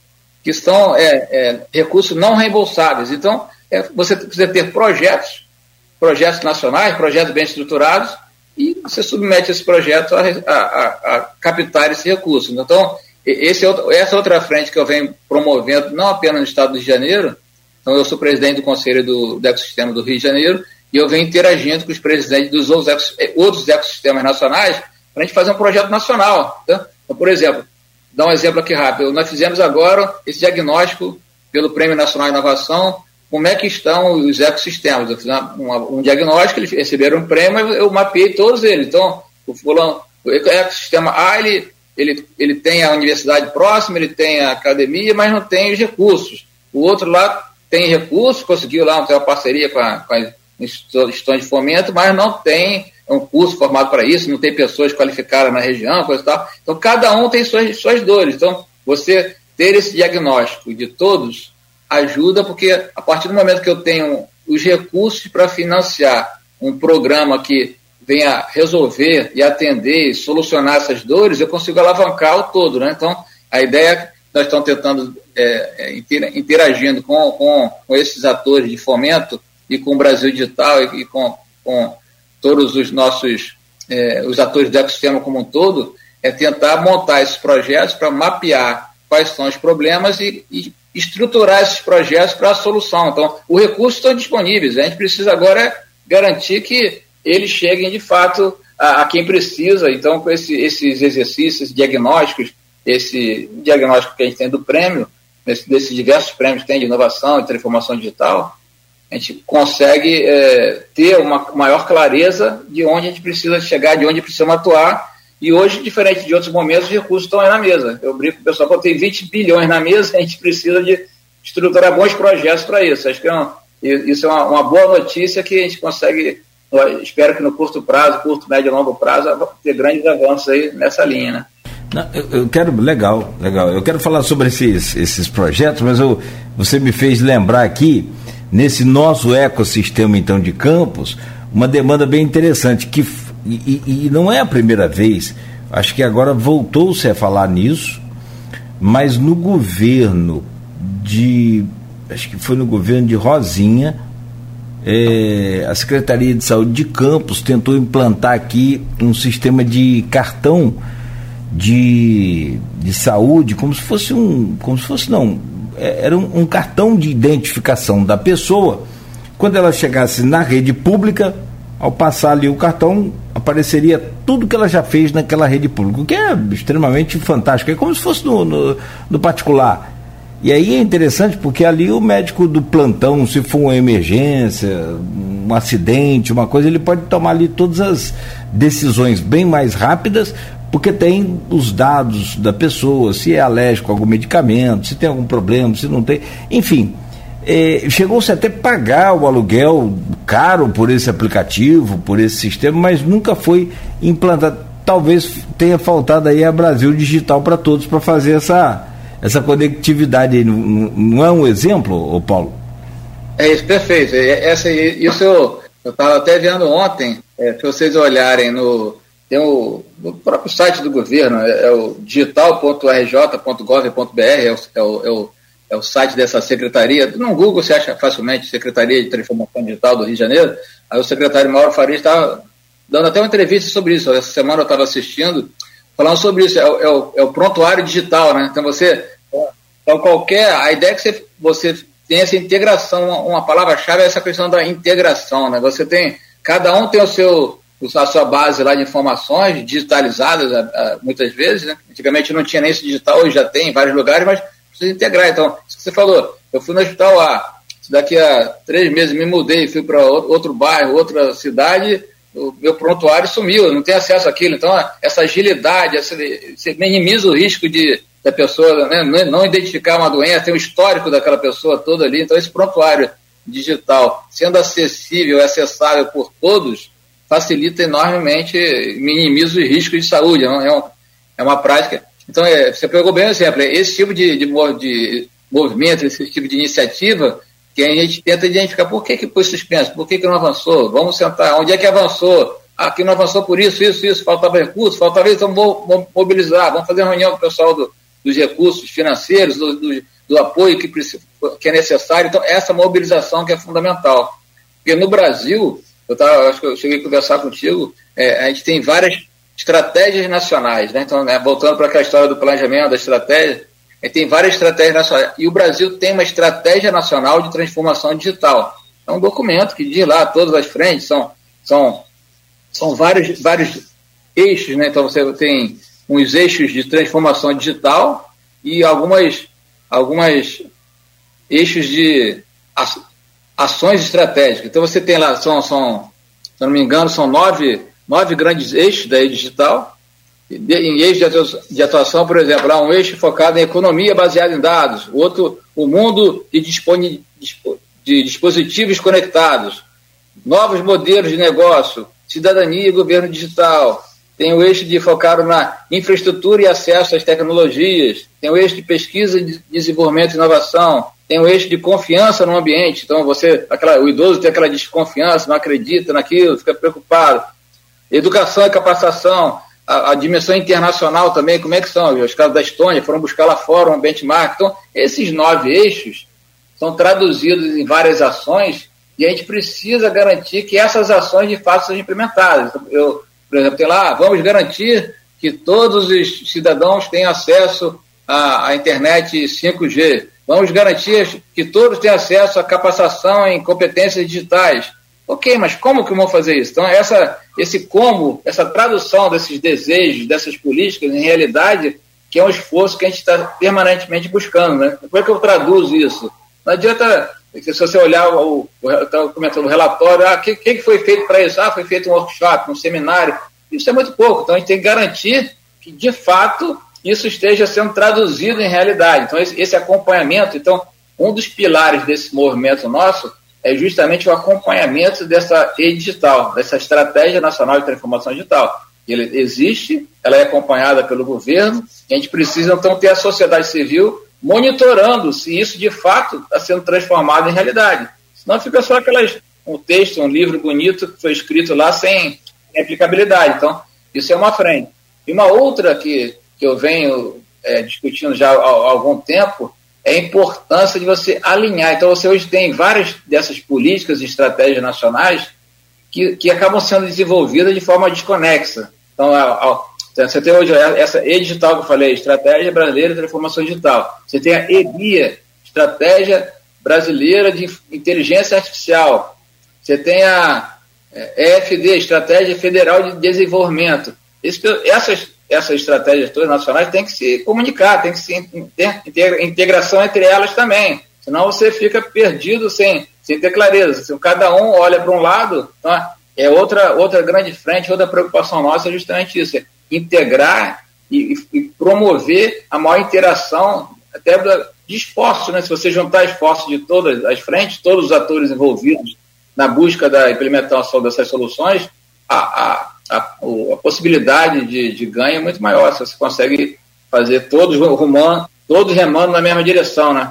que são é, é, recursos não reembolsáveis. Então, é, você precisa ter projetos, projetos nacionais, projetos bem estruturados, e você submete esse projeto a, a, a captar esse recurso. Então, esse é outro, essa é outra frente que eu venho promovendo, não apenas no estado do Rio de Janeiro. Então, eu sou presidente do Conselho do, do Ecossistema do Rio de Janeiro, e eu venho interagindo com os presidentes dos outros, outros ecossistemas nacionais para a gente fazer um projeto nacional. Tá? Então, por exemplo, dar um exemplo aqui rápido. Nós fizemos agora esse diagnóstico pelo Prêmio Nacional de Inovação, como é que estão os ecossistemas. Eu fiz um, um diagnóstico, eles receberam um prêmio, eu mapeei todos eles. Então, o, fulano, o ecossistema A, ele, ele, ele tem a universidade próxima, ele tem a academia, mas não tem os recursos. O outro lá tem recursos, conseguiu lá ter uma parceria com, a, com as instituições de fomento, mas não tem um curso formado para isso, não tem pessoas qualificadas na região, coisa e tal. Então, cada um tem suas, suas dores. Então, você ter esse diagnóstico de todos ajuda, porque a partir do momento que eu tenho os recursos para financiar um programa que venha resolver e atender e solucionar essas dores, eu consigo alavancar o todo, né? Então, a ideia é que nós estamos tentando, é, interagindo com, com, com esses atores de fomento e com o Brasil Digital e, e com, com todos os nossos, é, os atores do ecossistema como um todo, é tentar montar esses projetos para mapear quais são os problemas e, e estruturar esses projetos para a solução. Então, os recursos estão disponíveis, a gente precisa agora garantir que eles cheguem, de fato, a, a quem precisa. Então, com esse, esses exercícios diagnósticos, esse diagnóstico que a gente tem do prêmio, desse, desses diversos prêmios que tem de inovação e transformação digital, a gente consegue é, ter uma maior clareza de onde a gente precisa chegar, de onde precisamos atuar. E hoje, diferente de outros momentos, os recursos estão aí na mesa. Eu brinco com o pessoal, quando tem vinte bilhões na mesa, a gente precisa de estruturar bons projetos para isso. Acho que é um, isso é uma, uma boa notícia que a gente consegue, espero que no curto prazo, curto, médio e longo prazo, ter grandes avanços aí nessa linha, né? Não, eu, eu quero, legal, legal. Eu quero falar sobre esses, esses projetos, mas eu, você me fez lembrar aqui, nesse nosso ecossistema, então, de Campos, uma demanda bem interessante, que E, e, e não é a primeira vez, acho que agora voltou-se a falar nisso, mas no governo de, acho que foi no governo de Rosinha, é, a Secretaria de Saúde de Campos tentou implantar aqui um sistema de cartão de, de saúde, como se fosse um, como se fosse não, era um, um cartão de identificação da pessoa, quando ela chegasse na rede pública, ao passar ali o cartão, apareceria tudo que ela já fez naquela rede pública, o que é extremamente fantástico, é como se fosse no, no, no particular. E aí é interessante porque ali o médico do plantão, se for uma emergência, um acidente, uma coisa, ele pode tomar ali todas as decisões bem mais rápidas, porque tem os dados da pessoa, se é alérgico a algum medicamento, se tem algum problema, se não tem, enfim. É, chegou-se até pagar o aluguel caro por esse aplicativo, por esse sistema, mas nunca foi implantado. Talvez tenha faltado aí a Brasil Digital para todos para fazer essa, essa conectividade aí. Não, não é um exemplo, ô Paulo? É isso, perfeito. Essa, isso eu estava até vendo ontem, é, se vocês olharem no, tem o, no próprio site do governo, é, é o digital ponto r j ponto gov ponto b r, é o, é o, é o é o site dessa secretaria, no Google você acha facilmente, Secretaria de Transformação Digital do Rio de Janeiro. Aí o secretário Mauro Faria estava dando até uma entrevista sobre isso, essa semana eu estava assistindo, falando sobre isso, é, é, o, é o prontuário digital, né? Então você, então qualquer, a ideia é que você, você tem essa integração, uma, uma palavra-chave é essa questão da integração, né? Você tem, cada um tem o seu, a sua base lá de informações digitalizadas, muitas vezes, né? Antigamente não tinha nem esse digital, hoje já tem em vários lugares, mas precisa integrar. Então, isso que você falou, eu fui no hospital A, daqui a três meses me mudei, fui para outro bairro, outra cidade, o meu prontuário sumiu, eu não tenho acesso àquilo. Então, essa agilidade, essa, você minimiza o risco de da pessoa, né, não identificar uma doença, tem um histórico daquela pessoa toda ali. Então, esse prontuário digital, sendo acessível e acessável por todos, facilita enormemente, minimiza os riscos de saúde. É, um, é uma prática. Então, é, você pegou bem o exemplo, esse tipo de, de, de movimento, esse tipo de iniciativa, que a gente tenta identificar por que que foi suspenso, por que que não avançou, vamos sentar, onde é que avançou, ah, aqui não avançou por isso, isso, isso, faltava recurso, faltava isso, então vamos mobilizar, vamos fazer uma reunião com o pessoal do, dos recursos financeiros, do, do, do apoio que, precisa, que é necessário. Então, essa mobilização que é fundamental. Porque no Brasil, eu tava, acho que eu cheguei a conversar contigo, é, a gente tem várias estratégias nacionais, né? Então, né, voltando para aquela história do planejamento, da estratégia, a gente tem várias estratégias nacionais. E o Brasil tem uma estratégia nacional de transformação digital. É um documento que diz lá todas as frentes, são, são, são vários, vários eixos, né? Então, você tem uns eixos de transformação digital e algumas, algumas eixos de ações estratégicas. Então, você tem lá, são, são, se eu não me engano, são nove, nove grandes eixos da digital. Em eixos de atuação, por exemplo, há um eixo focado em economia baseada em dados, outro, o mundo de, disponi, de dispositivos conectados, novos modelos de negócio, cidadania e governo digital. Tem o eixo de focar na infraestrutura e acesso às tecnologias, tem o eixo de pesquisa, de desenvolvimento e inovação, tem o eixo de confiança no ambiente. Então, você, aquela, o idoso tem aquela desconfiança, não acredita naquilo, fica preocupado. Educação e capacitação, a, a dimensão internacional também, como é que são? Os casos da Estônia foram buscar lá fora um benchmark. Então, esses nove eixos são traduzidos em várias ações e a gente precisa garantir que essas ações, de fato, sejam implementadas. Eu, por exemplo, tem lá, vamos garantir que todos os cidadãos tenham acesso à, à internet cinco G. Vamos garantir que todos tenham acesso à capacitação em competências digitais. Ok, mas como que vão fazer isso? Então, essa, esse como, essa tradução desses desejos, dessas políticas, em realidade, que é um esforço que a gente está permanentemente buscando, né? Como é que eu traduzo isso? Não adianta, se você olhar, o, o, eu estava comentando o relatório, ah, o que, que foi feito para isso? Ah, foi feito um workshop, um seminário. Isso é muito pouco. Então, a gente tem que garantir que, de fato, isso esteja sendo traduzido em realidade. Então, esse, esse acompanhamento, então, um dos pilares desse movimento nosso é justamente o acompanhamento dessa e-digital, dessa Estratégia Nacional de Transformação Digital. Ele existe, ela é acompanhada pelo governo, e a gente precisa, então, ter a sociedade civil monitorando se isso, de fato, está sendo transformado em realidade. Senão fica só aquelas, um texto, um livro bonito que foi escrito lá sem aplicabilidade. Então, isso é uma frente. E uma outra que, que eu venho é, discutindo já há, há algum tempo é a importância de você alinhar. Então, você hoje tem várias dessas políticas e estratégias nacionais que, que acabam sendo desenvolvidas de forma desconexa. Então, a, a, você tem hoje essa e-digital que eu falei, Estratégia Brasileira de Transformação Digital. Você tem a E-BIA, Estratégia Brasileira de Inteligência Artificial. Você tem a E F D, Estratégia Federal de Desenvolvimento. Isso, essas, essas estratégias todas nacionais têm que se comunicar, tem que se ter integração entre elas também. Senão você fica perdido sem, sem ter clareza. Se cada um olha para um lado, então é outra, outra grande frente, outra preocupação nossa é justamente isso, é integrar e, e promover a maior interação até de esforços, né? Se você juntar esforços de todas as frentes, todos os atores envolvidos na busca da implementação dessas soluções, a, a, a, a possibilidade de, de ganho é muito maior, se você consegue fazer todos rumando, todos remando na mesma direção, né?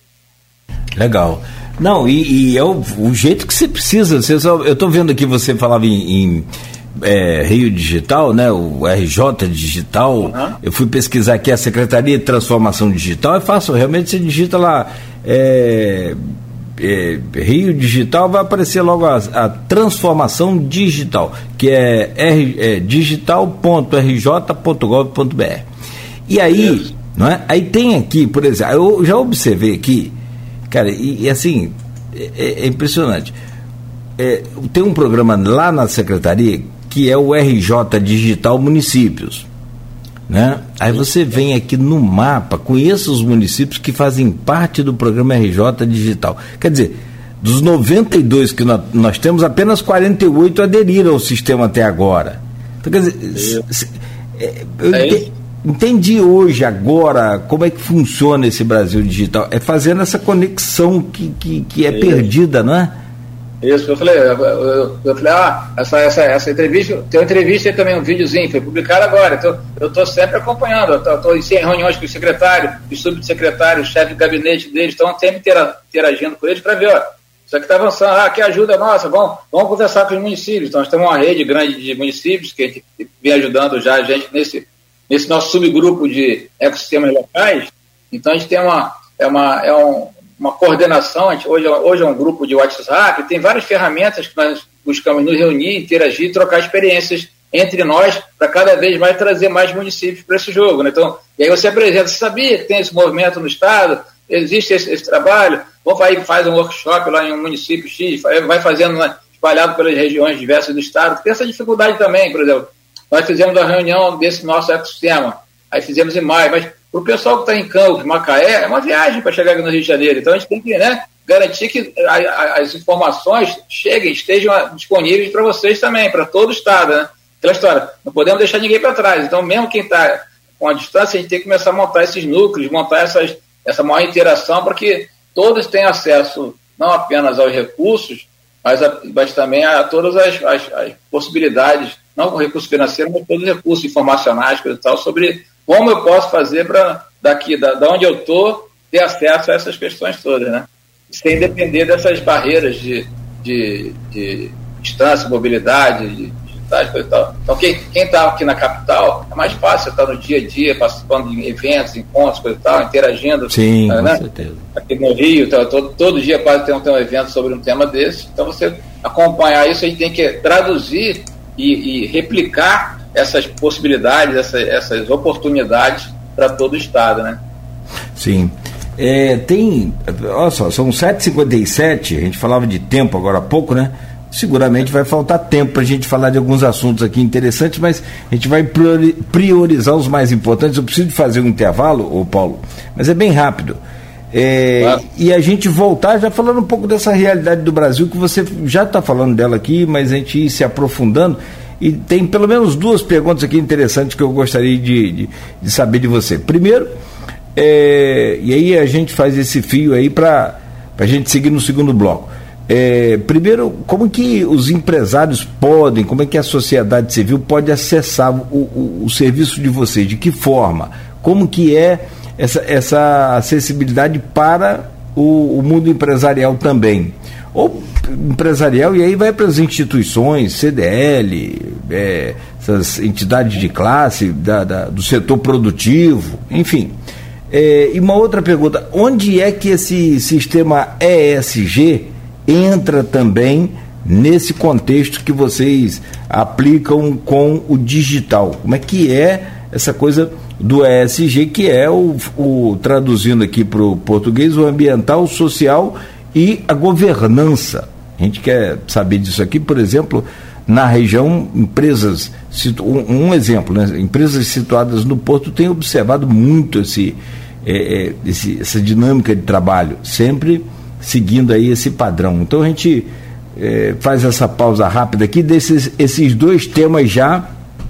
Legal. Não, e, e é o, o jeito que você precisa. Você só, eu estou vendo aqui, você falava em, em é, Rio Digital, né? O R J Digital. Uhum. Eu fui pesquisar aqui a Secretaria de Transformação Digital. É fácil, realmente você digita lá é, é, Rio Digital, vai aparecer logo a, a transformação digital, que é, R, é digital ponto r j ponto gov ponto b r. E aí, não é? Aí tem aqui, por exemplo, eu já observei aqui. Cara, e, e assim, é, é impressionante. É, tem um programa lá na secretaria que é o R J Digital Municípios, né? Aí você vem aqui no mapa, conheça os municípios que fazem parte do programa R J Digital. Quer dizer, dos noventa e dois que nós, nós temos, apenas quarenta e oito aderiram ao sistema até agora. Então, quer dizer, é, eu é entendi, entendi hoje, agora, como é que funciona esse Brasil digital. É fazendo essa conexão que, que, que é Isso. perdida, não é? Isso, eu falei, eu, eu, eu falei, ah, essa, essa, essa entrevista, tem uma entrevista e também um videozinho, foi publicado agora, então eu estou sempre acompanhando, eu estou em reuniões com o secretário, os subsecretários, o chefe de gabinete deles, estão sempre interagindo com eles para ver, ó, isso aqui está avançando, ah, que ajuda nossa, vamos, vamos conversar com os municípios. Então nós temos uma rede grande de municípios que a gente vem ajudando já a gente nesse nesse nosso subgrupo de ecossistemas locais. Então a gente tem uma, é uma, é um, uma coordenação. A gente, hoje, hoje é um grupo de WhatsApp, tem várias ferramentas que nós buscamos nos reunir, interagir, trocar experiências entre nós para cada vez mais trazer mais municípios para esse jogo, né? Então, e aí você apresenta, você sabia que tem esse movimento no estado, existe esse, esse trabalho, ou vai faz um workshop lá em um município X, vai fazendo, né, espalhado pelas regiões diversas do estado. Tem essa dificuldade também, por exemplo, nós fizemos uma reunião desse nosso ecossistema, aí fizemos em maio, mas para o pessoal que está em Campos, Macaé, é uma viagem para chegar aqui no Rio de Janeiro, então a gente tem que, né, garantir que a, a, as informações cheguem, estejam disponíveis para vocês também, para todo o estado, né? Aquela história, não podemos deixar ninguém para trás, então mesmo quem está com a distância, a gente tem que começar a montar esses núcleos, montar essas, essa maior interação para que todos tenham acesso não apenas aos recursos, mas, a, mas também a todas as, as, as possibilidades, não com recursos financeiros, mas todos os recursos informacionais e tal, sobre como eu posso fazer para daqui, da, da onde eu estou, ter acesso a essas questões todas, né? Sem depender dessas barreiras de, de, de distância, mobilidade, de, e tal. Então, quem está aqui na capital, é mais fácil estar no dia a dia, participando de eventos, encontros, coisa e tal, interagindo. Sim, né? Com certeza. Aqui no Rio, tá, todo, todo dia quase tem um, tem um evento sobre um tema desse. Então, você acompanhar isso, a gente tem que traduzir e, e replicar essas possibilidades, essa, essas oportunidades para todo o estado, né? Sim. É, tem, olha só, são sete e cinquenta e sete, a gente falava de tempo agora há pouco, né? Seguramente vai faltar tempo para a gente falar de alguns assuntos aqui interessantes, mas a gente vai priorizar os mais importantes. Eu preciso de fazer um intervalo, ô Paulo, mas é bem rápido. É, claro. E a gente voltar já falando um pouco dessa realidade do Brasil, que você já está falando dela aqui, mas a gente ir se aprofundando. E tem pelo menos duas perguntas aqui interessantes que eu gostaria de, de, de saber de você. Primeiro, é, e aí a gente faz esse fio aí para a gente seguir no segundo bloco. É, primeiro, como que os empresários podem, como é que a sociedade civil pode acessar o, o, o serviço de vocês? De que forma? Como que é essa, essa acessibilidade para o, o mundo empresarial também? Ou empresarial, e aí vai para as instituições, C D L, é, essas entidades de classe, da, da, do setor produtivo, enfim. É, e uma outra pergunta, onde é que esse sistema E S G entra também nesse contexto que vocês aplicam com o digital? Como é que é essa coisa do E S G, que é o, o traduzindo aqui para o português, o ambiental, social e a governança? A gente quer saber disso aqui, por exemplo, na região, empresas, um, um exemplo, né? Empresas situadas no Porto têm observado muito esse, é, esse, essa dinâmica de trabalho, sempre seguindo aí esse padrão. Então a gente é, faz essa pausa rápida aqui, desses esses dois temas já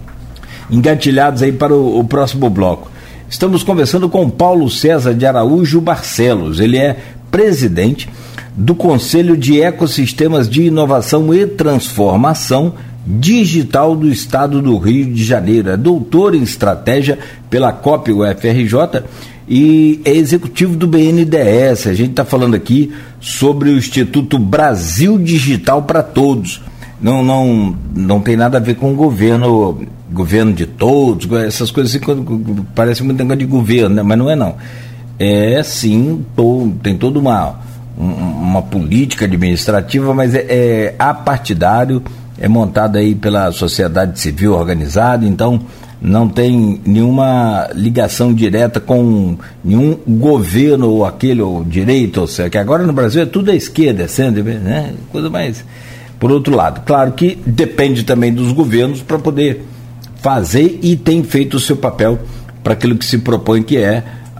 engatilhados aí para o, o próximo bloco. Estamos conversando com Paulo César de Araújo Barcelos, ele é presidente do Conselho de Ecossistemas de Inovação e Transformação Digital do Estado do Rio de Janeiro, é doutor em estratégia pela C O P U F R J e é executivo do B N D E S. A gente está falando aqui sobre o Instituto Brasil Digital para Todos. Não, não, não tem nada a ver com o governo, governo de todos, essas coisas assim, quando, parece muito negócio de governo, né? Mas não é não. É sim, tô, tem toda uma, uma política administrativa, mas é, é apartidário, é montado aí pela sociedade civil organizada, então não tem nenhuma ligação direta com nenhum governo ou aquele ou direito, ou seja, que agora no Brasil é tudo à esquerda, é sempre, né? Coisa mais. Por outro lado, claro que depende também dos governos para poder fazer e tem feito o seu papel para aquilo que se propõe, que é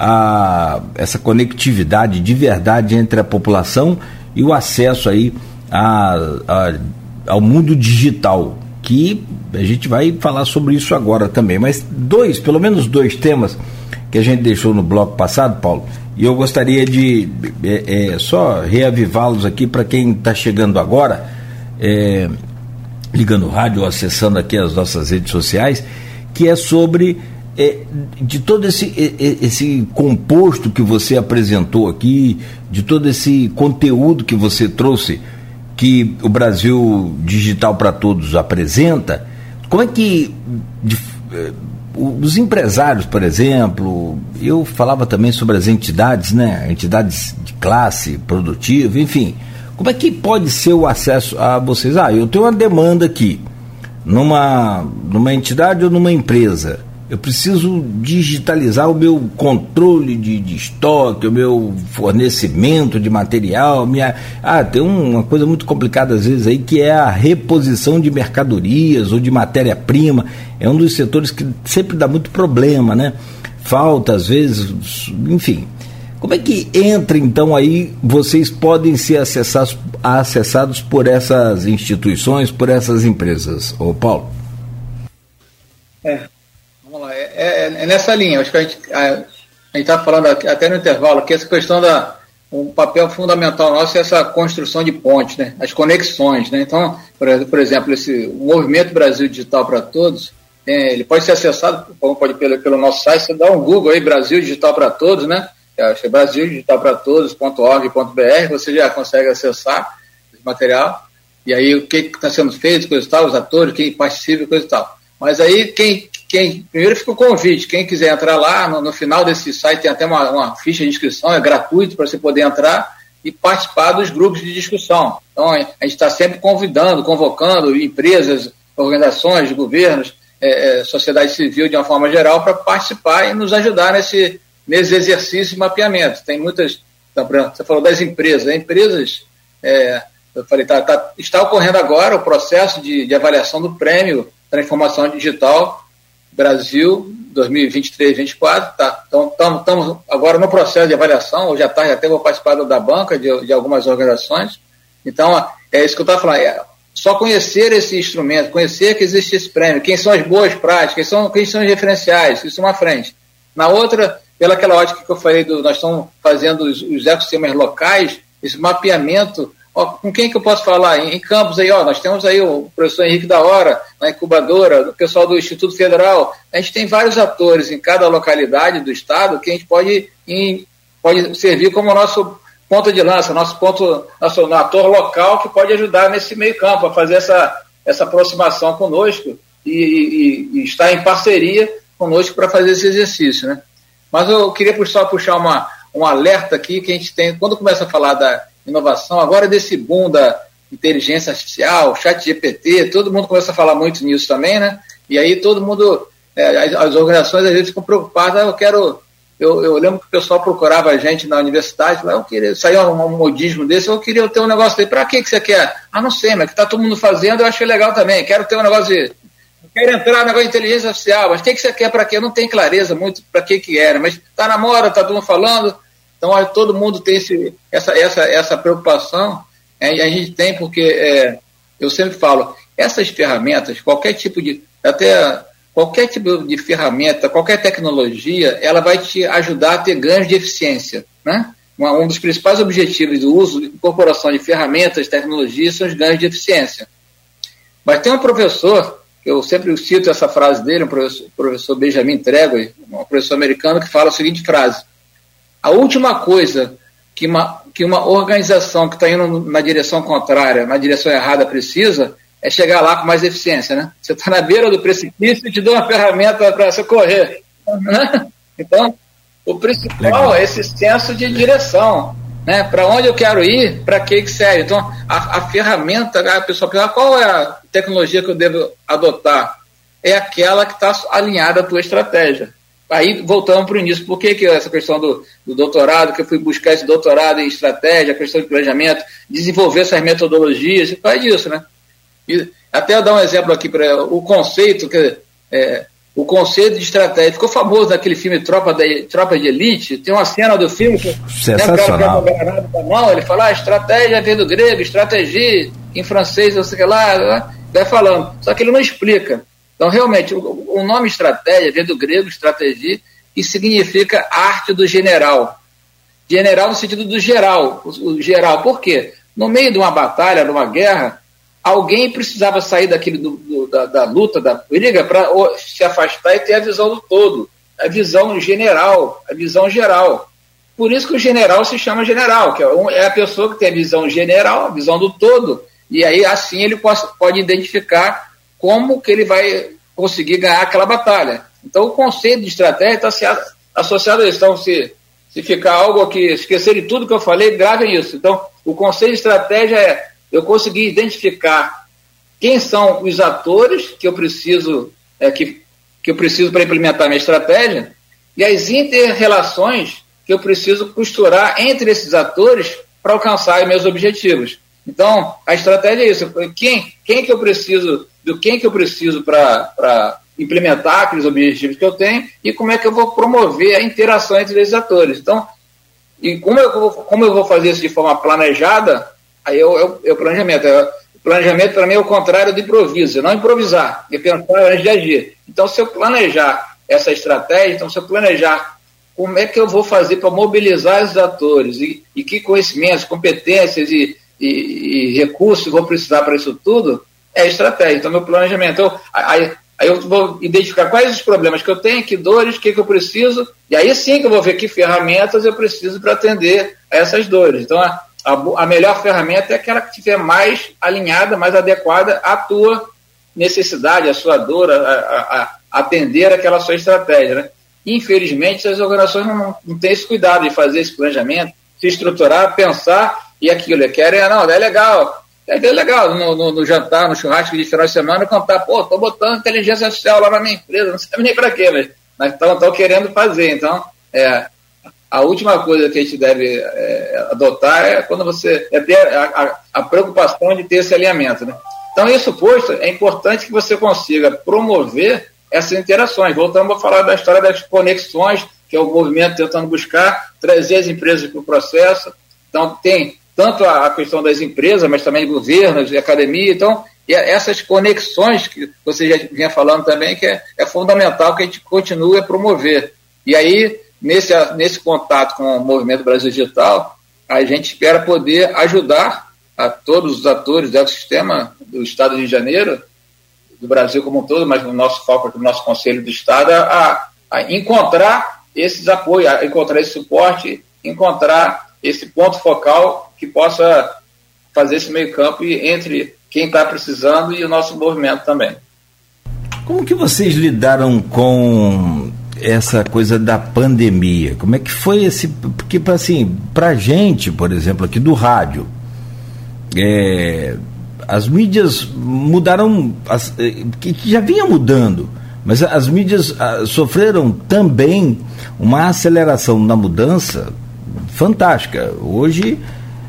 a, essa conectividade de verdade entre a população e o acesso aí a, a, ao mundo digital, que a gente vai falar sobre isso agora também, mas dois, pelo menos dois temas que a gente deixou no bloco passado, Paulo, e eu gostaria de é, é, só reavivá-los aqui para quem está chegando agora, é, ligando o rádio ou acessando aqui as nossas redes sociais, que é sobre é, de todo esse, esse composto que você apresentou aqui, de todo esse conteúdo que você trouxe, que o Brasil Digital para Todos apresenta. Como é que, de, os empresários, por exemplo, eu falava também sobre as entidades, né? Entidades de classe produtiva, enfim. Como é que pode ser o acesso a vocês? Ah, eu tenho uma demanda aqui, numa, numa entidade ou numa empresa. Eu preciso digitalizar o meu controle de, de estoque, o meu fornecimento de material. Minha... Ah, tem uma coisa muito complicada às vezes aí, que é a reposição de mercadorias ou de matéria-prima. É um dos setores que sempre dá muito problema, né? Falta às vezes, enfim. Como é que entra então aí, vocês podem ser acessados, acessados por essas instituições, por essas empresas, ô Paulo? É. Vamos lá, é, é, é nessa linha, acho que a gente a está falando aqui, até no intervalo, que essa questão da um papel fundamental nosso é essa construção de pontes, né? As conexões, né? Então, por, por exemplo, esse o Movimento Brasil Digital para Todos, é, ele pode ser acessado, pode pelo, pelo nosso site, você dá um Google aí, Brasil Digital para Todos, né? Acho que é brasil digital para todos ponto org ponto b r, você já consegue acessar esse material, e aí o que está sendo feito, coisa e tal, os atores, quem participa, coisa e tal. Mas aí, quem, quem primeiro fica o convite, quem quiser entrar lá, no, no final desse site tem até uma, uma ficha de inscrição, é gratuito para você poder entrar e participar dos grupos de discussão. Então, a gente está sempre convidando, convocando empresas, organizações, governos, é, é, sociedade civil de uma forma geral, para participar e nos ajudar nesse, nesse exercício de mapeamento. Tem muitas, então, você falou das empresas, né? Empresas, é, eu falei, tá, tá, está ocorrendo agora o processo de, de avaliação do prêmio Transformação Digital Brasil dois mil e vinte e três, dois mil e vinte e quatro, tá, então estamos agora no processo de avaliação, hoje à tarde até vou participar da banca de, de algumas organizações, então é isso que eu estava falando, é só conhecer esse instrumento, conhecer que existe esse prêmio, quem são as boas práticas, quem são, quem são os referenciais, isso é uma frente. Na outra, pelaquela ótica que eu falei, do, nós estamos fazendo os, os ecossistemas locais, esse mapeamento. Ó, com quem que eu posso falar? Em, em campos aí, ó, nós temos aí o professor Henrique da Hora, na incubadora, o pessoal do Instituto Federal. A gente tem vários atores em cada localidade do estado que a gente pode, em, pode servir como nosso ponto de lança, nosso ponto, nosso ator local que pode ajudar nesse meio campo, a fazer essa, essa aproximação conosco e, e, e estar em parceria conosco para fazer esse exercício, né? Mas eu queria só puxar uma, um alerta aqui que a gente tem, quando começa a falar da inovação, agora desse boom da inteligência artificial, chat G P T, todo mundo começa a falar muito nisso também, né? E aí todo mundo, é, as, as organizações às vezes ficam preocupadas, ah, eu quero, eu, eu lembro que o pessoal procurava a gente na universidade, eu queria, saiu um, um modismo desse, eu queria ter um negócio aí, para que que você quer? Ah, não sei, mas que tá todo mundo fazendo, eu achei legal também, quero ter um negócio de, quero entrar no negócio de inteligência artificial, mas o que que você quer para quê? Eu não tenho clareza muito para que que era, mas tá na moda, tá todo mundo falando. Então, todo mundo tem esse, essa, essa, essa preocupação, é, a gente tem porque, é, eu sempre falo, essas ferramentas, qualquer tipo de, até qualquer tipo de ferramenta, qualquer tecnologia, ela vai te ajudar a ter ganhos de eficiência, né? Um, um dos principais objetivos do uso e incorporação de ferramentas, tecnologias, são os ganhos de eficiência. Mas tem um professor, eu sempre cito essa frase dele, um professor, professor Benjamin Tregoi, um professor americano, que fala a seguinte frase: a última coisa que uma, que uma organização que está indo na direção contrária, na direção errada, precisa, é chegar lá com mais eficiência, né? Você está na beira do precipício e te dá uma ferramenta para você correr. Né? Então, o principal Legal. É esse senso de direção, né? Para onde eu quero ir, para que que serve. Então, a, a ferramenta, a pessoa pergunta, qual é a tecnologia que eu devo adotar? É aquela que está alinhada à tua estratégia. Aí, voltamos para o início, por que, que essa questão do, do doutorado, que eu fui buscar esse doutorado em estratégia, a questão de planejamento, desenvolver essas metodologias, faz disso, né? E até eu dar um exemplo aqui, para o conceito, que é, o conceito de estratégia, ficou famoso naquele filme Tropa de, Tropa de Elite, tem uma cena do filme, que, sensacional. Né, o cara da mão, ele fala, ah, estratégia vem do grego, estratégia, em francês, não sei o que lá, vai falando, só que ele não explica. Então, realmente, o, o nome estratégia vem do grego, estratégia, e significa arte do general. General no sentido do geral. O, o geral, por quê? No meio de uma batalha, numa guerra, alguém precisava sair daquele, do, do, da, da luta, da briga, para se afastar e ter a visão do todo. A visão general, a visão geral. Por isso que o general se chama general, que é, um, é a pessoa que tem a visão general, a visão do todo, e aí assim ele pode, pode identificar como que ele vai conseguir ganhar aquela batalha. Então, o conceito de estratégia está associado a isso. Então, se, se ficar algo aqui, esquecer de tudo que eu falei, gravem isso. Então, o conceito de estratégia é eu conseguir identificar quem são os atores que eu preciso, é, que, que eu preciso para implementar minha estratégia e as inter-relações que eu preciso costurar entre esses atores para alcançar meus objetivos. Então, a estratégia é isso. Quem, quem que eu preciso, do quem que eu preciso para implementar aqueles objetivos que eu tenho e como é que eu vou promover a interação entre esses atores. Então, e como eu, vou, como eu vou fazer isso de forma planejada, aí é o, é o planejamento. É, o planejamento, para mim, é o contrário do improviso. Não improvisar, é pensar antes de agir. Então, se eu planejar essa estratégia, então, se eu planejar como é que eu vou fazer para mobilizar os atores e, e que conhecimentos, competências e, e, e recursos vou precisar para isso tudo, é a estratégia. Então, meu planejamento. Então, aí, aí eu vou identificar quais os problemas que eu tenho, que dores, o que, que eu preciso, e aí sim que eu vou ver que ferramentas eu preciso para atender a essas dores. Então, a, a, a melhor ferramenta é aquela que estiver mais alinhada, mais adequada à tua necessidade, à sua dor, a, a, a atender aquela sua estratégia, né? Infelizmente, as organizações não, não têm esse cuidado de fazer esse planejamento, se estruturar, pensar, e aquilo, querem, não, é legal, é legal no, no, no jantar, no churrasco de final de semana, contar, pô, estou botando inteligência artificial lá na minha empresa, não sabe nem para quê, mas estão querendo fazer. Então, é, a última coisa que a gente deve é, adotar é quando você é ter a, a, a preocupação de ter esse alinhamento, né? Então, isso posto, é importante que você consiga promover essas interações. Voltamos a falar da história das conexões, que é o movimento tentando buscar trazer as empresas para o processo. Então, tem tanto a questão das empresas, mas também governos e academia. Então, e essas conexões que você já vinha falando também, que é, é fundamental que a gente continue a promover. E aí, nesse, nesse contato com o Movimento Brasil Digital, a gente espera poder ajudar a todos os atores do ecossistema do Estado do Rio de Janeiro, do Brasil como um todo, mas no nosso foco aqui, no nosso Conselho do Estado, a, a encontrar esses apoios, a encontrar esse suporte, encontrar esse ponto focal que possa fazer esse meio campo entre quem está precisando e o nosso movimento também. Como que vocês lidaram com essa coisa da pandemia? Como é que foi esse... Porque, assim, para a gente, por exemplo, aqui do rádio, é... as mídias mudaram, as, que já vinha mudando, mas as mídias ah, sofreram também uma aceleração na mudança fantástica. Hoje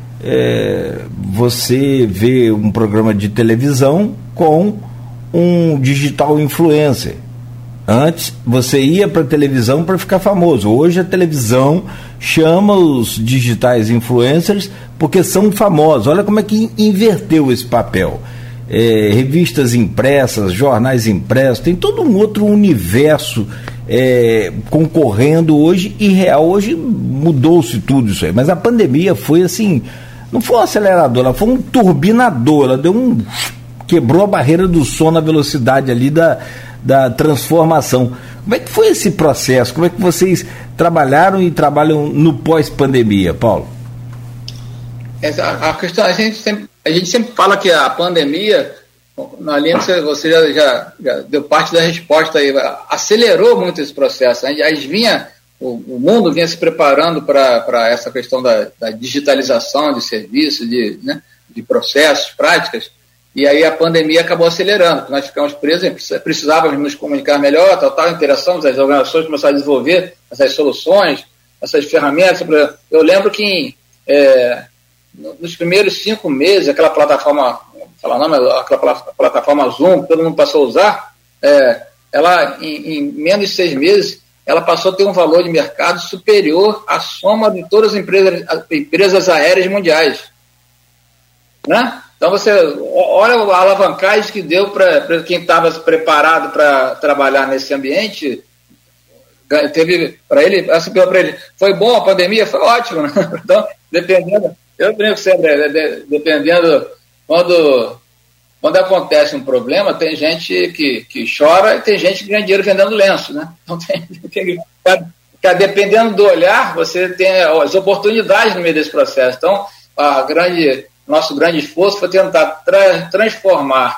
é, você vê um programa de televisão com um digital influencer. Antes você ia para a televisão para ficar famoso. Hoje a televisão chama os digitais influencers porque são famosos. Olha como é que inverteu esse papel. É, revistas impressas, jornais impressos, tem todo um outro universo é, concorrendo hoje e real. Hoje mudou-se tudo isso aí. Mas a pandemia foi assim, não foi um acelerador, ela foi um turbinador, ela deu um, quebrou a barreira do som na velocidade ali da da transformação. Como é que foi esse processo? Como é que vocês trabalharam e trabalham no pós-pandemia, Paulo? Essa, a questão, a gente, sempre, a gente sempre fala que a pandemia, na linha você, você já, já, já deu parte da resposta aí, acelerou muito esse processo. A gente, a gente vinha, o, o mundo vinha se preparando para essa questão da, da digitalização de serviços, de, né, de processos, práticas. E aí a pandemia acabou acelerando, porque nós ficamos presos, precisávamos nos comunicar melhor, tal, tal, interação, as organizações começaram a desenvolver essas soluções, essas ferramentas. Eu lembro que é, nos primeiros cinco meses, aquela plataforma, falar não, aquela plataforma Zoom, que todo mundo passou a usar, é, ela, em, em menos de seis meses, ela passou a ter um valor de mercado superior à soma de todas as empresas, as empresas aéreas mundiais. Né? Então, você olha a alavancagem que deu para quem estava preparado para trabalhar nesse ambiente. Teve para ele, assim, para ele, foi bom a pandemia? Foi ótimo. Né? Então, dependendo, eu brinco sempre, dependendo, quando, quando acontece um problema, tem gente que, que chora e tem gente que ganha dinheiro vendendo lenço. Né? Então, tem, tem, dependendo do olhar, você tem as oportunidades no meio desse processo. Então, a grande. Nosso grande esforço foi tentar tra- transformar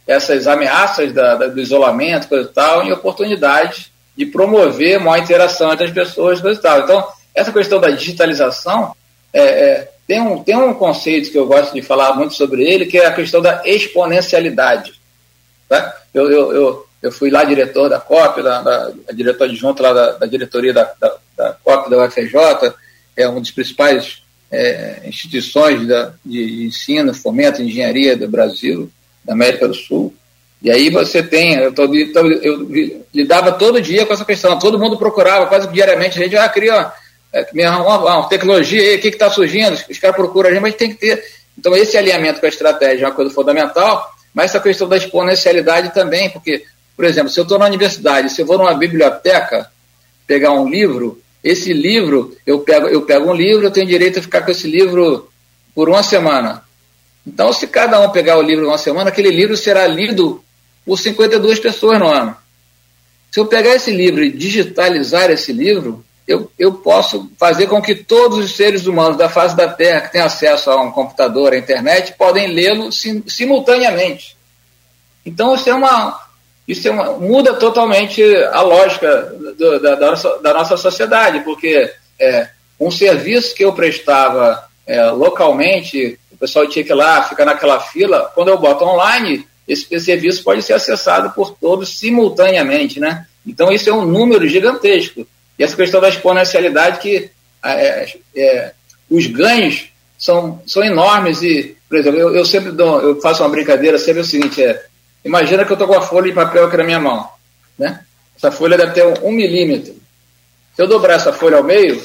essas ameaças da, da, do isolamento, coisa e tal, em oportunidades de promover maior interação entre as pessoas, coisa e tal. Então, essa questão da digitalização, é, é, tem, um, tem um conceito que eu gosto de falar muito sobre ele, que é a questão da exponencialidade. Tá? Eu, eu, eu, eu fui lá diretor da C O P, da, da, diretor adjunto lá da, da diretoria da, da, da C O P, da U F R J, é uma das principais é, instituições da, de ensino, fomento, engenharia do Brasil, da América do Sul. E aí você tem, eu, tô, eu, eu lidava todo dia com essa questão, todo mundo procurava quase diariamente, a gente ah, cria uma, uma, uma tecnologia aí, o que está surgindo, os caras procuram a gente, mas tem que ter. Então esse alinhamento com a estratégia é uma coisa fundamental, mas essa questão da exponencialidade também, porque, por exemplo, se eu estou na universidade, se eu vou numa biblioteca pegar um livro, esse livro, eu pego, eu pego um livro, eu tenho direito a ficar com esse livro por uma semana. Então, se cada um pegar o livro uma semana, aquele livro será lido por cinquenta e duas pessoas no ano. Se eu pegar esse livro e digitalizar esse livro, eu, eu posso fazer com que todos os seres humanos da face da Terra que têm acesso a um computador, à internet, podem lê-lo sim, simultaneamente. Então, isso é uma... Isso é uma, muda totalmente a lógica do, da, da, nossa, da nossa sociedade, porque é, um serviço que eu prestava é, localmente, o pessoal tinha que ir lá, ficar naquela fila, quando eu boto online, esse, esse serviço pode ser acessado por todos simultaneamente, né? Então isso é um número gigantesco. E essa questão da exponencialidade que é, é, os ganhos são, são enormes e, por exemplo, eu, eu sempre dou, eu faço uma brincadeira, sempre é o seguinte, é, imagina que eu estou com a folha de papel aqui na minha mão, né? Essa folha deve ter um, um milímetro. Se eu dobrar essa folha ao meio,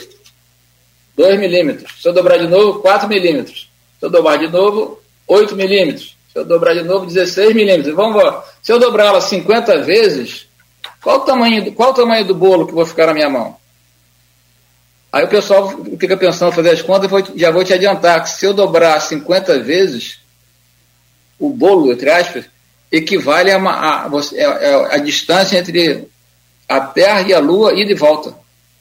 dois milímetros. Se eu dobrar de novo, quatro milímetros. Se eu dobrar de novo, oito milímetros. Se eu dobrar de novo, dezesseis milímetros. Vamos lá. Se eu dobrar ela cinquenta vezes, qual o tamanho, qual o tamanho do bolo que vai ficar na minha mão? Aí o pessoal fica pensando, fazer as contas, já vou te adiantar que se eu dobrar cinquenta vezes, o bolo, entre aspas, equivale a, uma, a, a, a, a distância entre a Terra e a Lua e de volta.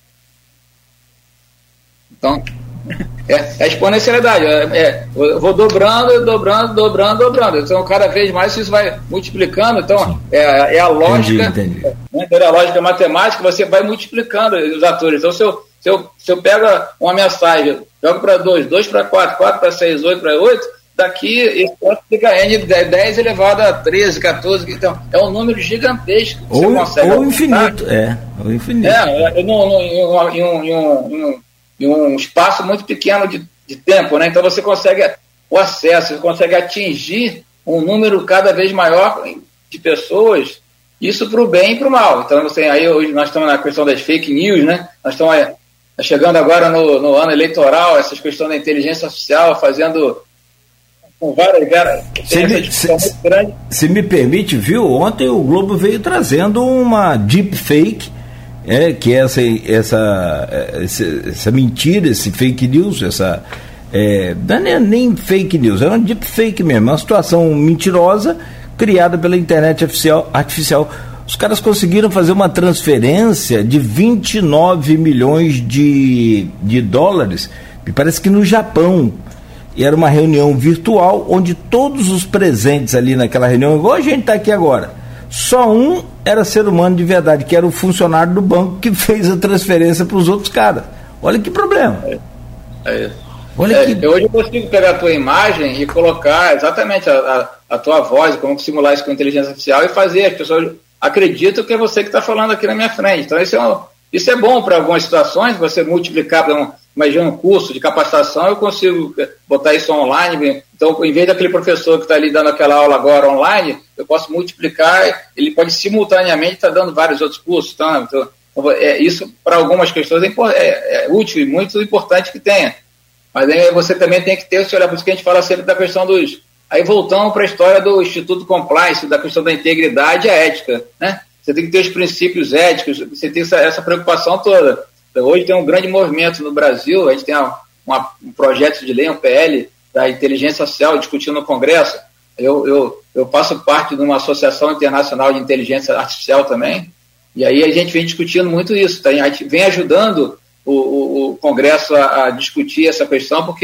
Então, é, é a exponencialidade. É, é, eu vou dobrando, dobrando, dobrando, dobrando. Então, cada vez mais isso vai multiplicando. Então, é, é a lógica, entendi, entendi. Né, é a lógica matemática, você vai multiplicando os atores. Então, se eu, se eu, se eu pego uma mensagem, jogo para dois, dois para quatro, quatro para seis, oito para oito, daqui esse fica N dez elevado a treze, quatorze, então é um número gigantesco. Ou, você consegue ou infinito, é. Ou infinito. É, é no, no, em, um, em, um, em, um, em um espaço muito pequeno de, de tempo, né? Então você consegue o acesso, você consegue atingir um número cada vez maior de pessoas, isso para o bem e para o mal. Então você, aí hoje nós estamos na questão das fake news, né? Nós estamos é, chegando agora no, no ano eleitoral, essas questões da inteligência artificial, fazendo com várias, várias se, me, se, se me permite, viu? Ontem o Globo veio trazendo uma deepfake, é, que é essa, essa, essa, essa mentira, esse fake news, essa é, não é nem fake news, é uma deepfake mesmo, uma situação mentirosa criada pela internet artificial, artificial. Os caras conseguiram fazer uma transferência de vinte e nove milhões de, de dólares, me parece que no Japão. E era uma reunião virtual onde todos os presentes ali naquela reunião, igual a gente está aqui agora, só um era ser humano de verdade, que era o funcionário do banco que fez a transferência para os outros caras. Olha que problema. É, é. Olha é, que... Hoje eu consigo pegar a tua imagem e colocar exatamente a, a, a tua voz, como simular isso com inteligência artificial e fazer. As pessoas acreditam que é você que está falando aqui na minha frente. Então isso é, um, isso é bom para algumas situações, você multiplicar para um. Imagina um curso de capacitação, eu consigo botar isso online. Então, em vez daquele professor que está ali dando aquela aula agora online, eu posso multiplicar, ele pode simultaneamente estar tá dando vários outros cursos. Tá? Então, é, isso, para algumas questões, é, é, é útil e muito importante que tenha. Mas aí você também tem que ter, se olhar, por isso que a gente fala sempre da questão dos... Aí voltamos para a história do Instituto Compliance, da questão da integridade e a ética. Né? Você tem que ter os princípios éticos, você tem essa, essa preocupação toda. Hoje tem um grande movimento no Brasil, a gente tem uma, uma, um projeto de lei, um P L, da inteligência artificial discutindo no Congresso. Eu, eu, eu faço parte de uma associação internacional de inteligência artificial também, e aí a gente vem discutindo muito isso. Tá? A gente vem ajudando o, o, o Congresso a, a discutir essa questão, porque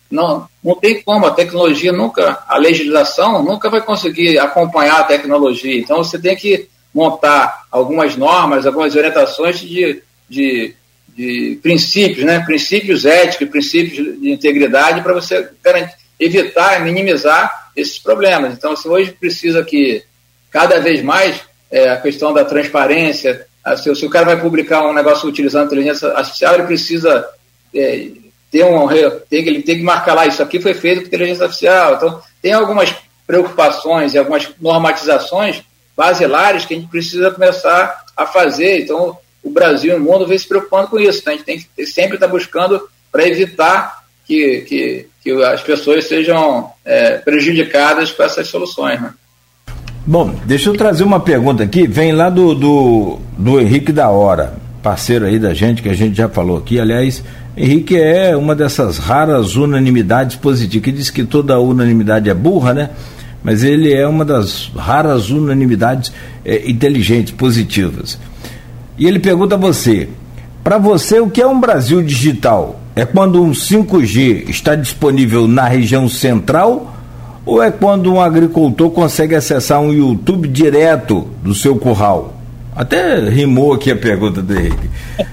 não, não tem como, a tecnologia nunca, a legislação nunca vai conseguir acompanhar a tecnologia. Então você tem que montar algumas normas, algumas orientações de, de, de princípios, né? Princípios éticos, princípios de integridade para você garantir, evitar, minimizar esses problemas. Então, se hoje precisa que cada vez mais é, a questão da transparência, a, se, se o cara vai publicar um negócio utilizando inteligência artificial, ele precisa é, ter um, tem, ele tem que marcar lá, isso aqui foi feito com inteligência artificial. Então, tem algumas preocupações e algumas normatizações basilares que a gente precisa começar a fazer. Então, o Brasil e o mundo vem se preocupando com isso. Então, a gente tem que sempre estar buscando para evitar que, que, que as pessoas sejam é, prejudicadas com essas soluções, né? Bom, deixa eu trazer uma pergunta aqui, vem lá do, do, do Henrique da Hora, parceiro aí da gente, que a gente já falou aqui. Aliás, Henrique é uma dessas raras unanimidades positivas, que diz que toda unanimidade é burra, né? Mas ele é uma das raras unanimidades é, inteligentes, positivas. E ele pergunta a você, para você, o que é um Brasil digital? É quando um cinco G está disponível na região central ou é quando um agricultor consegue acessar um YouTube direto do seu curral? Até rimou aqui a pergunta do Henrique.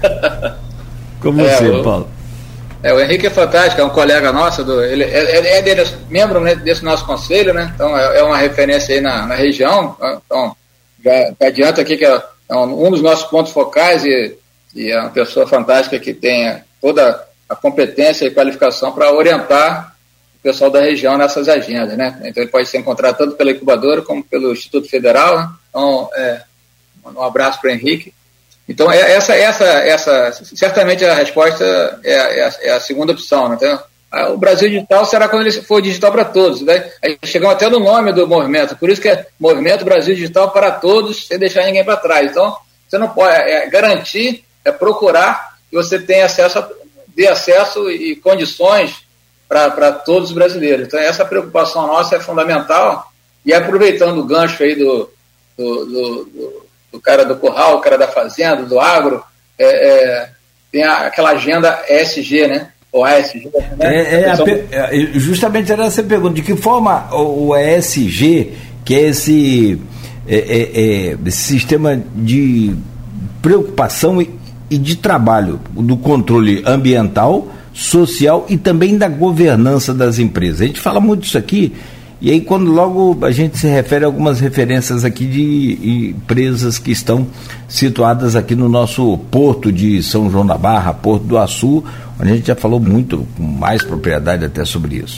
Como é, você, o, Paulo? É, o Henrique é fantástico, é um colega nosso, do, ele é, é dele, membro, né, desse nosso conselho, né? Então é, é uma referência aí na, na região. Então, já, já adianto aqui que é um dos nossos pontos focais e, e é uma pessoa fantástica que tem toda a competência e qualificação para orientar o pessoal da região nessas agendas, né? Então ele pode ser encontrado tanto pela incubadora como pelo Instituto Federal, né? Então, é, um abraço para o Henrique. Então, é, essa, essa, essa, certamente a resposta é, é, a, é a segunda opção, né? Então, a, o Brasil Digital será quando ele for digital para todos, né? Aí chegamos até no nome do movimento, por isso que é Movimento Brasil Digital para Todos, sem deixar ninguém para trás. Então, você não pode, é, é garantir, é procurar que você tenha acesso a dê acesso e condições para todos os brasileiros. Então, essa preocupação nossa é fundamental. E aproveitando o gancho aí do, do, do, do, do cara do curral, o cara da fazenda, do agro, é, é, tem a, aquela agenda E S G, né? Ou A S G. Né? É, é, a, é, justamente era essa pergunta: de que forma o, o E S G, que é esse, é, é, é, esse sistema de preocupação e e de trabalho, do controle ambiental, social e também da governança das empresas. A gente fala muito disso aqui, e aí quando logo a gente se refere a algumas referências aqui de empresas que estão situadas aqui no nosso porto de São João da Barra, Porto do Açu, onde a gente já falou muito, com mais propriedade até sobre isso.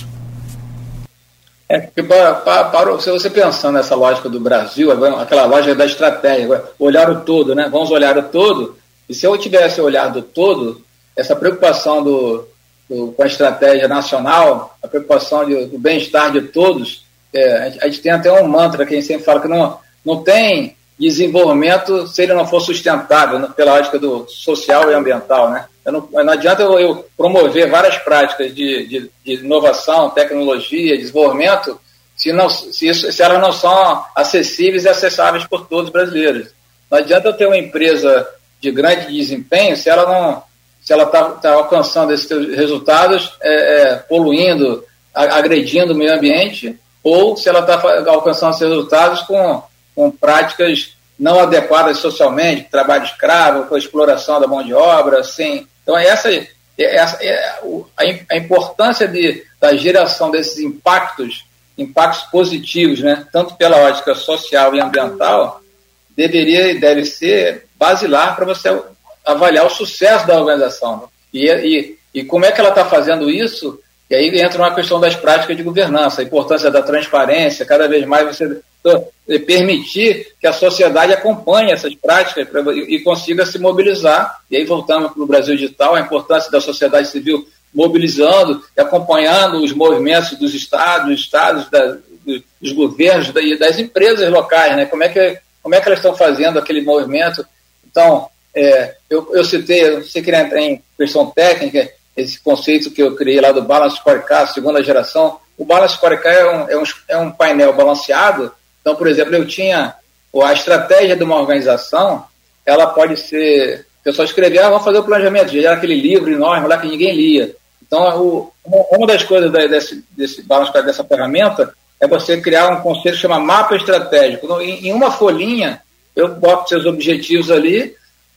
É, porque para, para, para, se você pensar nessa lógica do Brasil, aquela lógica da estratégia, olhar o todo, né? Vamos olhar o todo. E se eu tivesse olhado todo, essa preocupação do, do, com a estratégia nacional, a preocupação de, do bem-estar de todos, é, a, gente, a gente tem até um mantra que a gente sempre fala que não, não tem desenvolvimento se ele não for sustentável, né, pela ótica do social e ambiental, né? Eu não, não adianta eu, eu promover várias práticas de, de, de inovação, tecnologia, desenvolvimento, se, não, se, isso, se elas não são acessíveis e acessáveis por todos os brasileiros. Não adianta eu ter uma empresa de grande desempenho se ela não se ela está tá alcançando esses resultados é, é, poluindo, a, agredindo o meio ambiente, ou se ela está alcançando esses resultados com, com práticas não adequadas socialmente, trabalho escravo, com a exploração da mão de obra, assim. Então essa, essa é a importância de, da geração desses impactos, impactos positivos, né, tanto pela ótica social e ambiental, deveria e deve ser basilar para você avaliar o sucesso da organização. E, e, e como é que ela está fazendo isso? E aí entra uma questão das práticas de governança, a importância da transparência, cada vez mais você permitir que a sociedade acompanhe essas práticas e, e consiga se mobilizar. E aí voltamos para o Brasil Digital, a importância da sociedade civil mobilizando e acompanhando os movimentos dos estados, dos estados, da, dos governos e das empresas locais, né? Como é que Como é que elas estão fazendo aquele movimento? Então, é, eu, eu citei, eu não sei queria entrar em questão técnica, esse conceito que eu criei lá do Balance Scorecard, segunda geração. O Balance Scorecard é um, é, um, é um painel balanceado. Então, por exemplo, eu tinha a estratégia de uma organização, ela pode ser, o pessoal escrever, ah, vamos fazer o planejamento, já era aquele livro enorme lá que ninguém lia. Então, o, uma das coisas da, desse, desse balanço, dessa ferramenta é você criar um conceito que chama mapa estratégico. Em, em uma folhinha, eu boto seus objetivos ali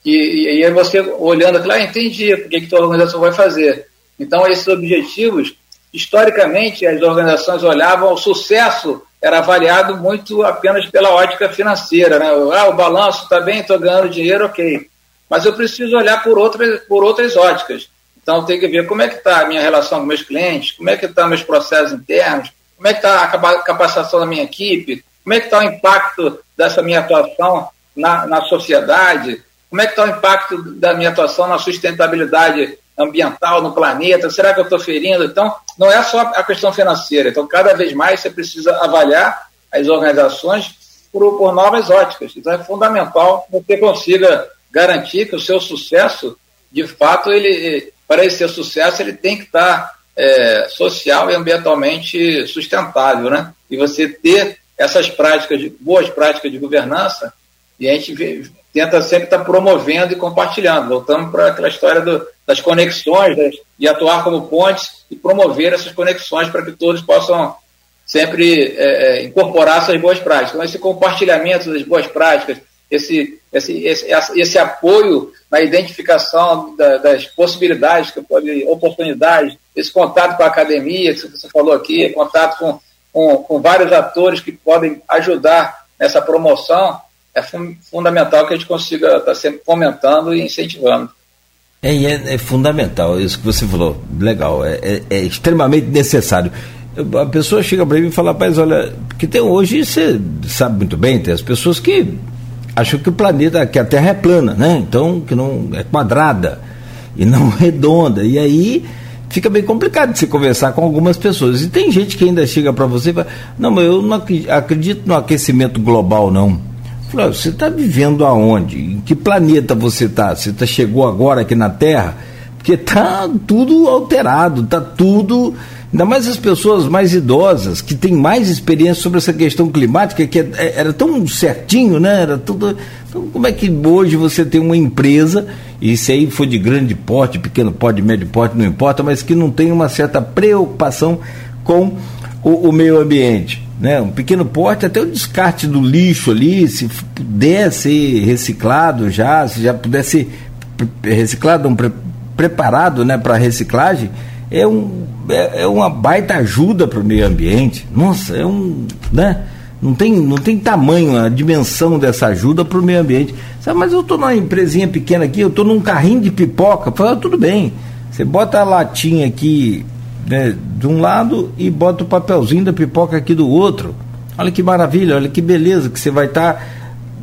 e, e aí você olhando aquilo, ah, entendi o que, que a tua organização vai fazer. Então, esses objetivos, historicamente, as organizações olhavam, o sucesso era avaliado muito apenas pela ótica financeira, né? Ah, o balanço está bem, estou ganhando dinheiro, ok. Mas eu preciso olhar por outras, por outras óticas. Então, tem que ver como é que está a minha relação com meus clientes, como é que estão meus processos internos, como é que está a capacitação da minha equipe, como é que está o impacto dessa minha atuação na, na sociedade, como é que está o impacto da minha atuação na sustentabilidade ambiental no planeta, será que eu estou ferindo? Então, não é só a questão financeira. Então, cada vez mais você precisa avaliar as organizações por, por novas óticas. Então, é fundamental que você consiga garantir que o seu sucesso, de fato, ele, para ele ser sucesso, ele tem que estar é, social e ambientalmente sustentável, né? E você ter essas práticas, de, boas práticas de governança, e a gente vê, tenta sempre estar promovendo e compartilhando. Voltamos para aquela história do, das conexões, das, de atuar como pontes e promover essas conexões para que todos possam sempre é, incorporar essas boas práticas. Então, esse compartilhamento das boas práticas, esse, esse, esse, esse apoio na identificação da, das possibilidades, que pode, oportunidades, esse contato com a academia, que você falou aqui, contato com, com, com vários atores que podem ajudar nessa promoção, é fun- fundamental que a gente consiga estar sempre fomentando e incentivando. É, é, é fundamental, isso que você falou, legal, é, é, é extremamente necessário. A pessoa chega para mim e fala, rapaz, olha, porque tem hoje, você sabe muito bem, tem as pessoas que acham que o planeta, que a Terra é plana, né? Então, que não é quadrada e não redonda, e aí fica bem complicado de se conversar com algumas pessoas. E tem gente que ainda chega para você e fala, não, mas eu não acredito no aquecimento global, não. Falei, você está vivendo aonde? Em que planeta você está? Você tá, chegou agora aqui na Terra? Porque está tudo alterado, está tudo... Ainda mais as pessoas mais idosas, que têm mais experiência sobre essa questão climática, que era tão certinho, né? Era tudo... Então, como é que hoje você tem uma empresa, e se aí for de grande porte, pequeno porte, médio porte, não importa, mas que não tem uma certa preocupação com o, o meio ambiente, né? Um pequeno porte, até o descarte do lixo ali, se puder ser reciclado já, se já puder ser reciclado, um pre, preparado, né, para reciclagem, é, um, é, é uma baita ajuda para o meio ambiente. Nossa, é um, né? Não tem, não tem tamanho a dimensão dessa ajuda para o meio ambiente. Sabe, mas eu estou numa empresinha pequena aqui, eu estou num carrinho de pipoca. Fala, tudo bem, você bota a latinha aqui, né, de um lado e bota o papelzinho da pipoca aqui do outro. Olha que maravilha, olha que beleza que você vai estar tá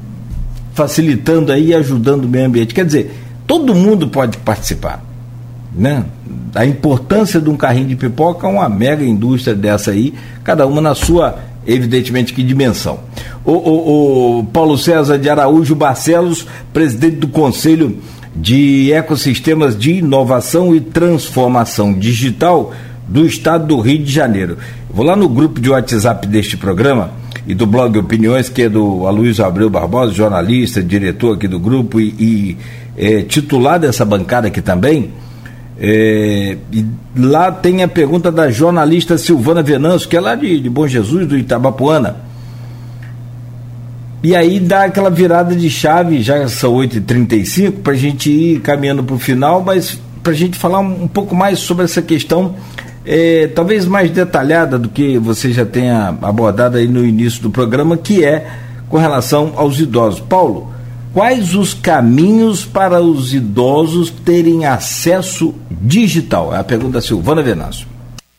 facilitando aí e ajudando o meio ambiente. Quer dizer, todo mundo pode participar, né? A importância de um carrinho de pipoca é uma mega indústria dessa aí, cada uma na sua, evidentemente, que dimensão. O, o, o Paulo César de Araújo Barcelos, presidente do Conselho de Ecossistemas de Inovação e Transformação Digital do Estado do Rio de Janeiro. Vou lá no grupo de WhatsApp deste programa e do blog Opiniões, que é do Aloysio Abreu Barbosa, jornalista, diretor aqui do grupo e, e é, titular dessa bancada aqui também. É, e lá tem a pergunta da jornalista Silvana Venâncio, que é lá de, de Bom Jesus, do Itabapuana. E aí dá aquela virada de chave, já são oito e trinta e cinco, para a gente ir caminhando para o final, mas para a gente falar um, um pouco mais sobre essa questão, é, talvez mais detalhada do que você já tenha abordado aí no início do programa, que é com relação aos idosos. Paulo, quais os caminhos para os idosos terem acesso digital? É a pergunta da Silvana Venâncio.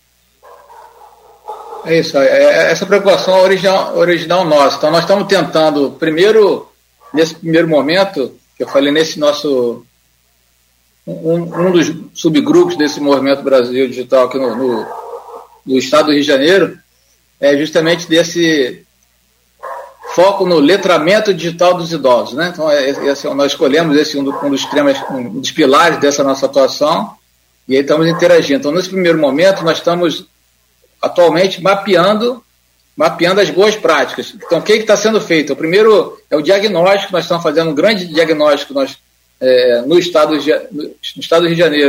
É isso, é, essa preocupação é original, original nossa. Então, nós estamos tentando, primeiro, nesse primeiro momento, que eu falei nesse nosso, um, um dos subgrupos desse movimento Brasil Digital aqui no, no, no estado do Rio de Janeiro, é justamente desse foco no letramento digital dos idosos, né? Então, é, é, nós escolhemos esse um, do, um, dos temas, um dos pilares dessa nossa atuação, e aí estamos interagindo. Então, nesse primeiro momento, nós estamos atualmente mapeando, mapeando as boas práticas. Então, o que está sendo feito? O primeiro é o diagnóstico, nós estamos fazendo um grande diagnóstico nós, é, no, estado, no estado do Rio de Janeiro,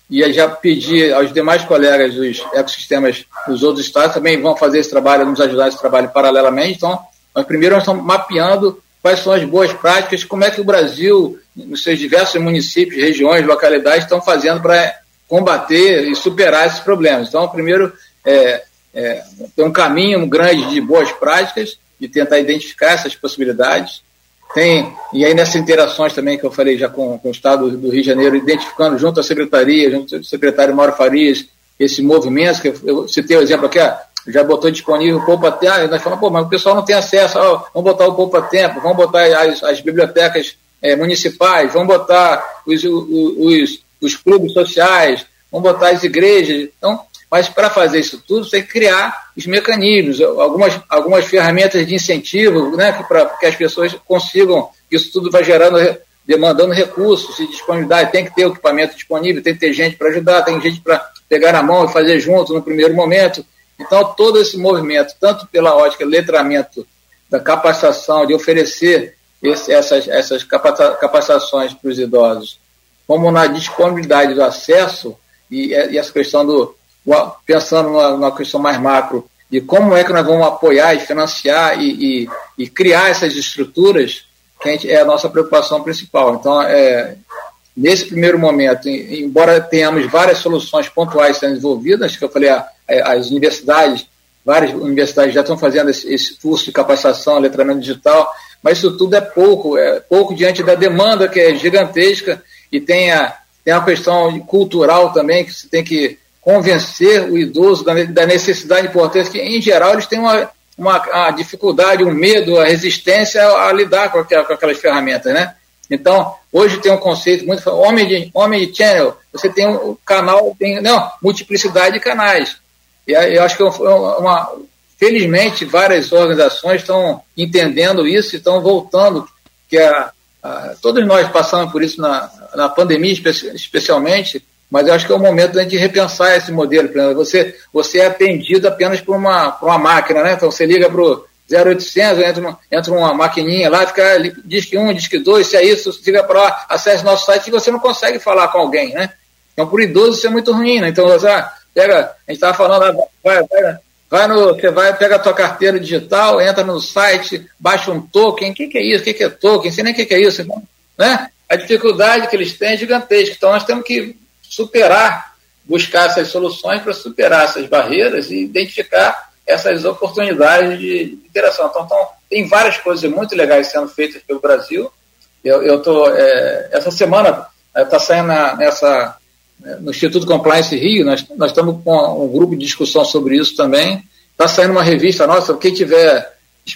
e já pedir aos demais colegas dos ecossistemas dos outros estados também vão fazer esse trabalho, nos ajudar nesse trabalho paralelamente. Então, nós primeiro nós estamos mapeando quais são as boas práticas, como é que o Brasil, nos seus diversos municípios, regiões, localidades, estão fazendo para combater e superar esses problemas. Então, primeiro, é, é, tem um caminho grande de boas práticas, de tentar identificar essas possibilidades. Tem, e aí nessas interações também que eu falei já com, com o Estado do Rio de Janeiro, identificando junto à Secretaria, junto ao secretário Mauro Farias, esses movimentos, que eu citei o exemplo aqui, ó, já botou disponível o Poupa Tempo, nós falamos, pô, mas o pessoal não tem acesso, ó, vamos botar o Poupa Tempo, vamos botar as, as bibliotecas é, municipais, vamos botar os, os, os, os clubes sociais, vamos botar as igrejas. Então, mas para fazer isso tudo, você tem que criar os mecanismos, algumas, algumas ferramentas de incentivo, né, para que as pessoas consigam, isso tudo vai gerando, demandando recursos e disponibilidade, tem que ter o equipamento disponível, tem que ter gente para ajudar, tem gente para pegar na mão e fazer junto no primeiro momento. Então, todo esse movimento, tanto pela ótica letramento, da capacitação, de oferecer esse, essas, essas capacitações para os idosos, como na disponibilidade do acesso, e, e essa questão do, pensando numa, numa questão mais macro, de como é que nós vamos apoiar e financiar e, e, e criar essas estruturas, que a gente, é a nossa preocupação principal. Então, é, nesse primeiro momento, embora tenhamos várias soluções pontuais sendo desenvolvidas, que eu falei, a, as universidades, várias universidades já estão fazendo esse, esse curso de capacitação, letramento digital, mas isso tudo é pouco, é pouco diante da demanda que é gigantesca, e tem a, tem a questão cultural também, que você tem que convencer o idoso da, da necessidade e importância, que em geral eles têm uma, uma a dificuldade, um medo, a resistência a, a lidar com, aquelas, com aquelas ferramentas, né? Então, hoje tem um conceito muito, homem de channel, você tem um canal, tem, não, multiplicidade de canais. E eu acho que uma, uma, felizmente várias organizações estão entendendo isso e estão voltando, que a, a, todos nós passamos por isso na, na pandemia espe- especialmente, mas eu acho que é o momento da gente repensar esse modelo. Você, você é atendido apenas por uma, por uma máquina, né? Então você liga para o zero oitocentos, entra uma, entra uma maquininha lá, fica, diz que um, diz que dois, se é isso, liga para lá, acesse nosso site e você não consegue falar com alguém, né? Então, por idoso, isso é muito ruim, né? Então, você pega, a gente estava falando, vai, vai, vai no, você vai, pega a tua carteira digital, entra no site, baixa um token, o que, que é isso? O que, que é token? Não sei nem o que, que é isso, né? A dificuldade que eles têm é gigantesca. Então, nós temos que superar, buscar essas soluções para superar essas barreiras e identificar essas oportunidades de interação. Então, então, tem várias coisas muito legais sendo feitas pelo Brasil. Eu, eu tô, é, essa semana está saindo na, nessa, no Instituto Compliance Rio, nós, nós estamos com um grupo de discussão sobre isso também. Está saindo uma revista nossa, quem tiver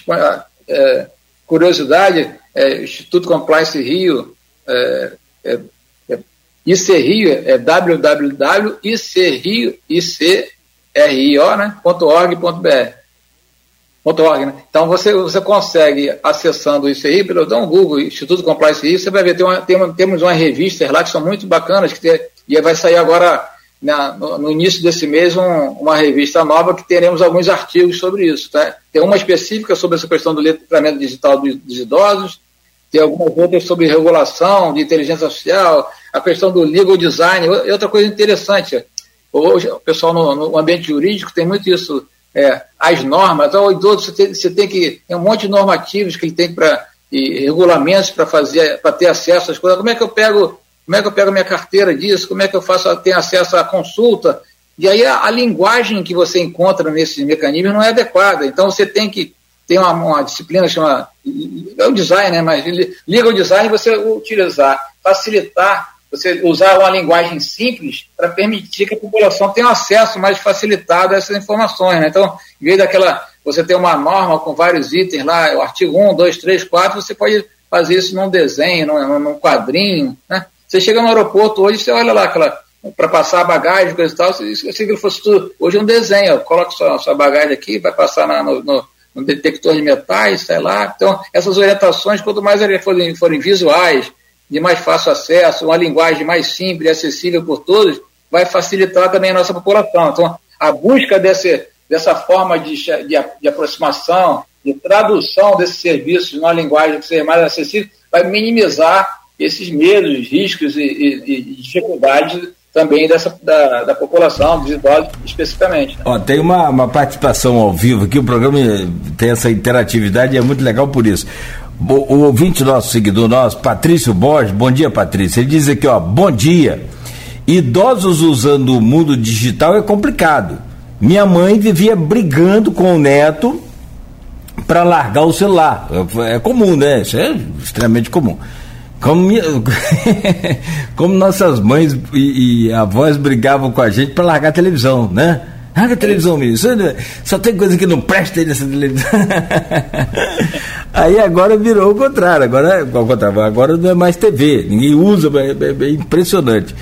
é, curiosidade, é, Instituto Compliance Rio, é, é, é, I C Rio, é w w w ponto i c rio, I C R I O, né, .org.br. .org, né? Então você, você consegue, acessando isso aí, pelo dá um Google, Instituto Compliance Rio, você vai ver, tem uma, tem uma, temos umas revistas lá que são muito bacanas, que tem, e vai sair agora, na, no, no início desse mês, um, uma revista nova que teremos alguns artigos sobre isso. Tá? Tem uma específica sobre essa questão do letramento digital dos, dos idosos, tem algumas outras sobre regulação, de inteligência artificial, a questão do legal design, e outra coisa interessante. Hoje, o pessoal no, no ambiente jurídico tem muito isso, é, as normas. Então, o idoso, você tem, você tem que. Tem um monte de normativos que ele tem para. E regulamentos para fazer, para ter acesso às coisas. Como é que eu pego, como é que eu pego a minha carteira disso? Como é que eu faço ter acesso à consulta? E aí a, a linguagem que você encontra nesses mecanismos não é adequada. Então você tem que ter uma, uma disciplina que chama. É o design, né? Mas legal design você utilizar, facilitar. Você usar uma linguagem simples para permitir que a população tenha acesso mais facilitado a essas informações, né? Então, em vez daquela, você ter uma norma com vários itens lá, o artigo um, dois, três, quatro, você pode fazer isso num desenho, num, num quadrinho, né? Você chega no aeroporto hoje, você olha lá, aquela, para passar a bagagem, coisa e tal, se, se aquilo fosse tudo, hoje é um desenho, ó, coloca sua, sua bagagem aqui, vai passar na, no, no, no detector de metais, sei lá. Então, essas orientações, quanto mais elas forem, forem visuais, de mais fácil acesso, uma linguagem mais simples e acessível por todos, vai facilitar também a nossa população. Então, a busca desse, dessa forma de, de, de aproximação, de tradução desses serviços numa linguagem que seja mais acessível, vai minimizar esses medos, riscos e, e, e dificuldades também dessa, da, da população, dos idosos especificamente. Né? Ó, tem uma, uma participação ao vivo aqui, o programa tem essa interatividade e é muito legal por isso. O, o ouvinte nosso, seguidor nosso, Patrício Borges, bom dia, Patrício, ele diz aqui, ó, bom dia, idosos usando o mundo digital é complicado. Minha mãe vivia brigando com o neto para largar o celular. É comum, né? Isso é extremamente comum. Como, minha, como nossas mães e, e avós brigavam com a gente para largar a televisão, né? Larga a televisão, menino. Só tem coisa que não presta aí nessa televisão. Aí agora virou o contrário. Agora, ao contrário, agora não é mais T V. Ninguém usa, é, é, é impressionante.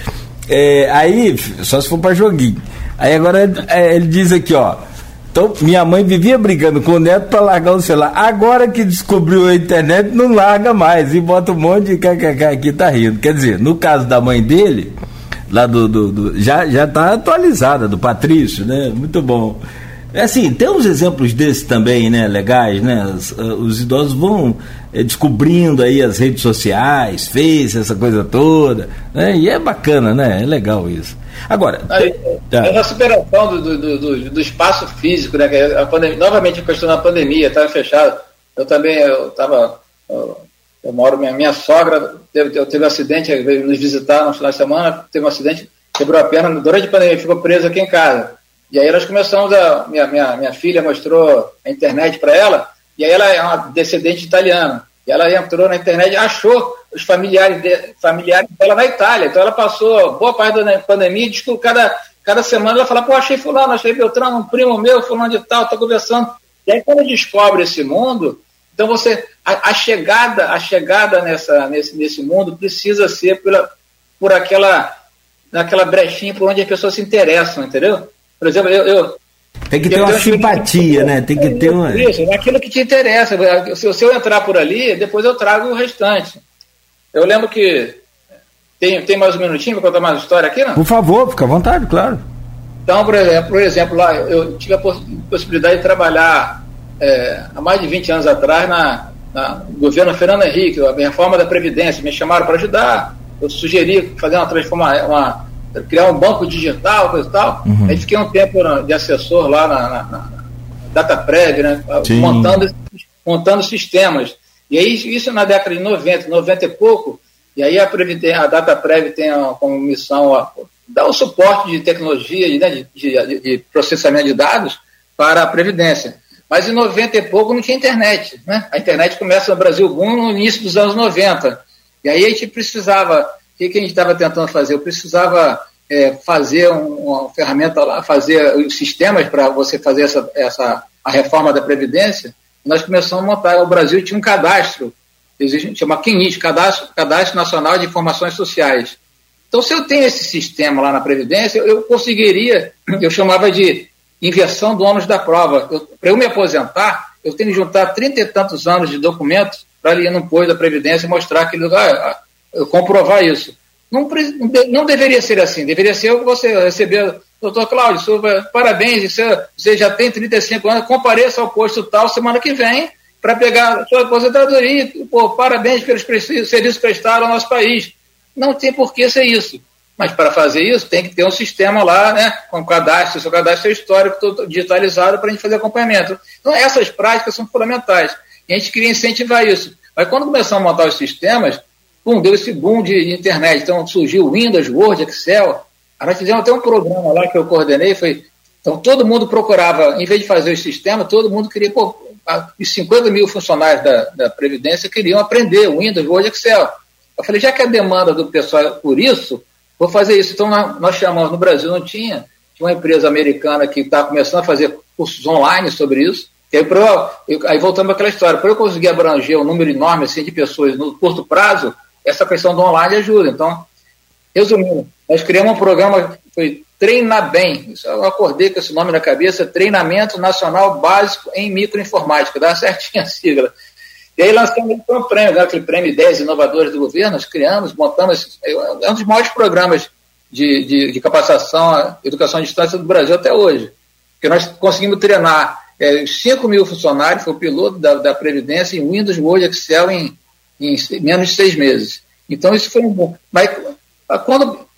É, aí, só se for para joguinho. Aí agora é, ele diz aqui, ó. Então, minha mãe vivia brigando com o neto para largar o celular. Agora que descobriu a internet, não larga mais. E bota um monte de kkk aqui, tá rindo. Quer dizer, no caso da mãe dele, lá do. do, do já, já tá atualizada, do Patrício, né? Muito bom. É assim, tem uns exemplos desses também, né? Legais, né? Os, os idosos vão é, descobrindo aí as redes sociais, Face, essa coisa toda, né? E é bacana, né? É legal isso. Agora, aí, tá. Essa superação do, do, do, do espaço físico, né? A pandemia, novamente a questão da pandemia, estava fechado. Eu também, eu estava, eu, eu moro, minha, minha sogra teve, teve um acidente, veio nos visitar no final de semana, teve um acidente, quebrou a perna, durante a pandemia ficou presa aqui em casa. E aí nós começamos, a, minha, minha, minha filha mostrou a internet para ela, e aí ela é uma descendente italiana. E ela entrou na internet e achou os familiares, de, familiares dela na Itália. Então ela passou boa parte da pandemia, desculpa, cada, cada semana ela fala, pô, achei fulano, achei Beltrano, um primo meu, fulano de tal, tá conversando. E aí quando descobre esse mundo, então você, a, a chegada, a chegada nessa, nesse, nesse mundo precisa ser pela, por aquela, naquela brechinha por onde as pessoas se interessam, entendeu? Por exemplo, eu... eu tem que ter uma simpatia, né? Tem que ter uma... Isso, é aquilo que te interessa. Se, se eu entrar por ali, depois eu trago o restante. Eu lembro que... Tem, tem mais um minutinho para contar mais uma história aqui, não? Por favor, fica à vontade, claro. Então, por exemplo, por exemplo lá, eu tive a poss- possibilidade de trabalhar é, há mais de vinte anos atrás na, na, no governo Fernando Henrique, a reforma da Previdência. Me chamaram para ajudar. Eu sugeri fazer uma transformação... Uma, criar um banco digital, coisa e tal. Uhum. Aí fiquei um tempo de assessor lá na, na, na DataPrev, né? montando, montando sistemas. E aí, isso na década de noventa, noventa e pouco, e aí a, a DataPrev tem como missão a, dar o suporte de tecnologia, né, de, de, de processamento de dados para a Previdência. Mas em noventa e pouco não tinha internet, né? A internet começa no Brasil boom no início dos anos noventa. E aí a gente precisava... O que, que a gente estava tentando fazer? Eu precisava é, fazer um, uma ferramenta lá, fazer os sistemas para você fazer essa, essa, a reforma da Previdência. Nós começamos a montar. O Brasil tinha um cadastro, existe, chama CNIS, cadastro, cadastro Nacional de Informações Sociais. Então, se eu tenho esse sistema lá na Previdência, eu, eu conseguiria, eu chamava de inversão do ônus da prova. Para eu me aposentar, eu tenho que juntar trinta e tantos anos de documentos para ir no posto da Previdência e mostrar que ah, comprovar isso. Não, não deveria ser assim, deveria ser você receber, doutor Cláudio, senhor, parabéns, você, você já tem trinta e cinco anos, compareça ao posto tal semana que vem para pegar a sua aposentadoria, pô, parabéns pelos serviços prestados ao nosso país. Não tem por que ser isso. Mas para fazer isso, tem que ter um sistema lá, né, com cadastro, seu cadastro histórico todo digitalizado para a gente fazer acompanhamento. Então, essas práticas são fundamentais. E a gente queria incentivar isso. Mas quando começamos a montar os sistemas, Pum, deu esse boom de internet. Então surgiu Windows, Word, Excel. Aí nós fizemos até um programa lá que eu coordenei. Foi, então todo mundo procurava, em vez de fazer o sistema, todo mundo queria, pô, os cinquenta mil funcionários da, da Previdência queriam aprender Windows, Word, Excel. Eu falei, já que a demanda do pessoal é por isso, vou fazer isso. Então nós chamamos, no Brasil não tinha, tinha uma empresa americana que está começando a fazer cursos online sobre isso. E aí, pra eu, aí voltando para aquela história, para eu conseguir abranger um número enorme assim, de pessoas no curto prazo, essa questão do online ajuda. Então, resumindo, nós criamos um programa que foi Treina Bem. Isso eu acordei com esse nome na cabeça, Treinamento Nacional Básico em Microinformática, dá certinho a sigla. E aí lançamos um prêmio, né, aquele prêmio dez Inovadores do Governo, nós criamos, montamos, é um dos maiores programas de, de, de capacitação, educação à distância do Brasil até hoje. Porque nós conseguimos treinar é, cinco mil funcionários, foi o piloto da, da Previdência, em Windows, Word, Excel, em em menos de seis meses. Então, isso foi um bom. Mas, quando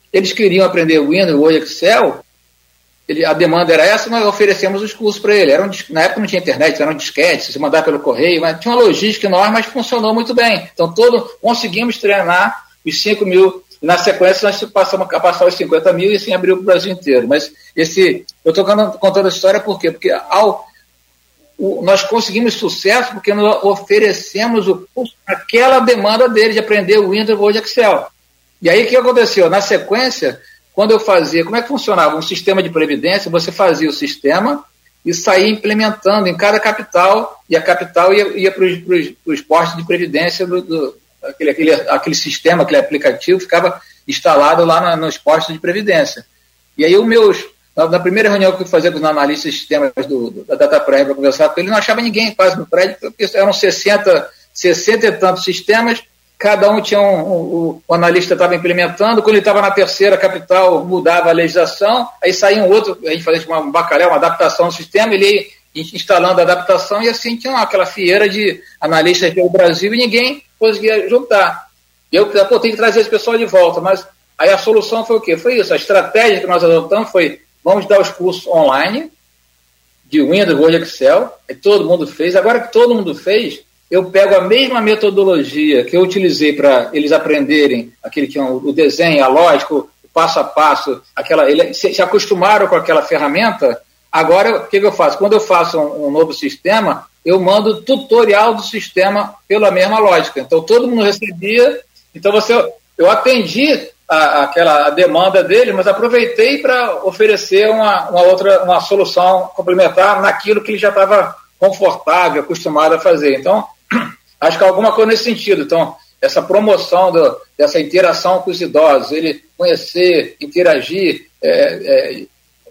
eles queriam aprender Windows, Word, Excel, ele, a demanda era essa, nós oferecemos os cursos para ele. Era um, na época não tinha internet, era um disquete, se mandar pelo correio, mas tinha uma logística enorme, mas funcionou muito bem. Então, todo, conseguimos treinar os cinco mil, e na sequência nós passamos a passar os cinquenta mil e assim abriu para o Brasil inteiro. Mas esse, eu estou contando a história por quê? Porque ao, o, nós conseguimos sucesso porque nós oferecemos o curso aquela demanda dele de aprender o Windows, Word, Excel. E aí o que aconteceu? Na sequência, quando eu fazia, como é que funcionava? Um sistema de previdência, você fazia o sistema e saía implementando em cada capital, e a capital ia, ia para os postos de previdência, do, do, aquele, aquele, aquele sistema, aquele aplicativo ficava instalado lá na, nos postos de previdência. E aí, os meus, na, na primeira reunião que eu fazia com os analistas de sistemas do, do, da DataPrev para conversar com ele, não achava ninguém quase no prédio, porque eram sessenta, sessenta e tantos sistemas. Cada um tinha um, um, o analista estava implementando, quando ele estava na terceira capital, mudava a legislação, aí saía um outro, a gente fazia uma, um bacalhau, uma adaptação do sistema, ele ia instalando a adaptação, e assim tinha aquela fieira de analistas pelo Brasil e ninguém conseguia juntar. E eu pô, tenho que trazer esse pessoal de volta, mas aí a solução foi o quê? Foi isso, a estratégia que nós adotamos foi, vamos dar os cursos online, de Windows, Word, Excel, aí todo mundo fez, agora que todo mundo fez, eu pego a mesma metodologia que eu utilizei para eles aprenderem aquele que é o desenho, a lógica, o passo a passo, aquela, eles se acostumaram com aquela ferramenta. Agora, o que, que eu faço? Quando eu faço um, um novo sistema, eu mando tutorial do sistema pela mesma lógica. Então, todo mundo recebia. Então, você, eu atendi a, aquela a demanda dele, mas aproveitei para oferecer uma, uma outra uma solução complementar naquilo que ele já estava confortável, acostumado a fazer. Então, acho que alguma coisa nesse sentido. Então, essa promoção do, dessa interação com os idosos, ele conhecer, interagir, é, é,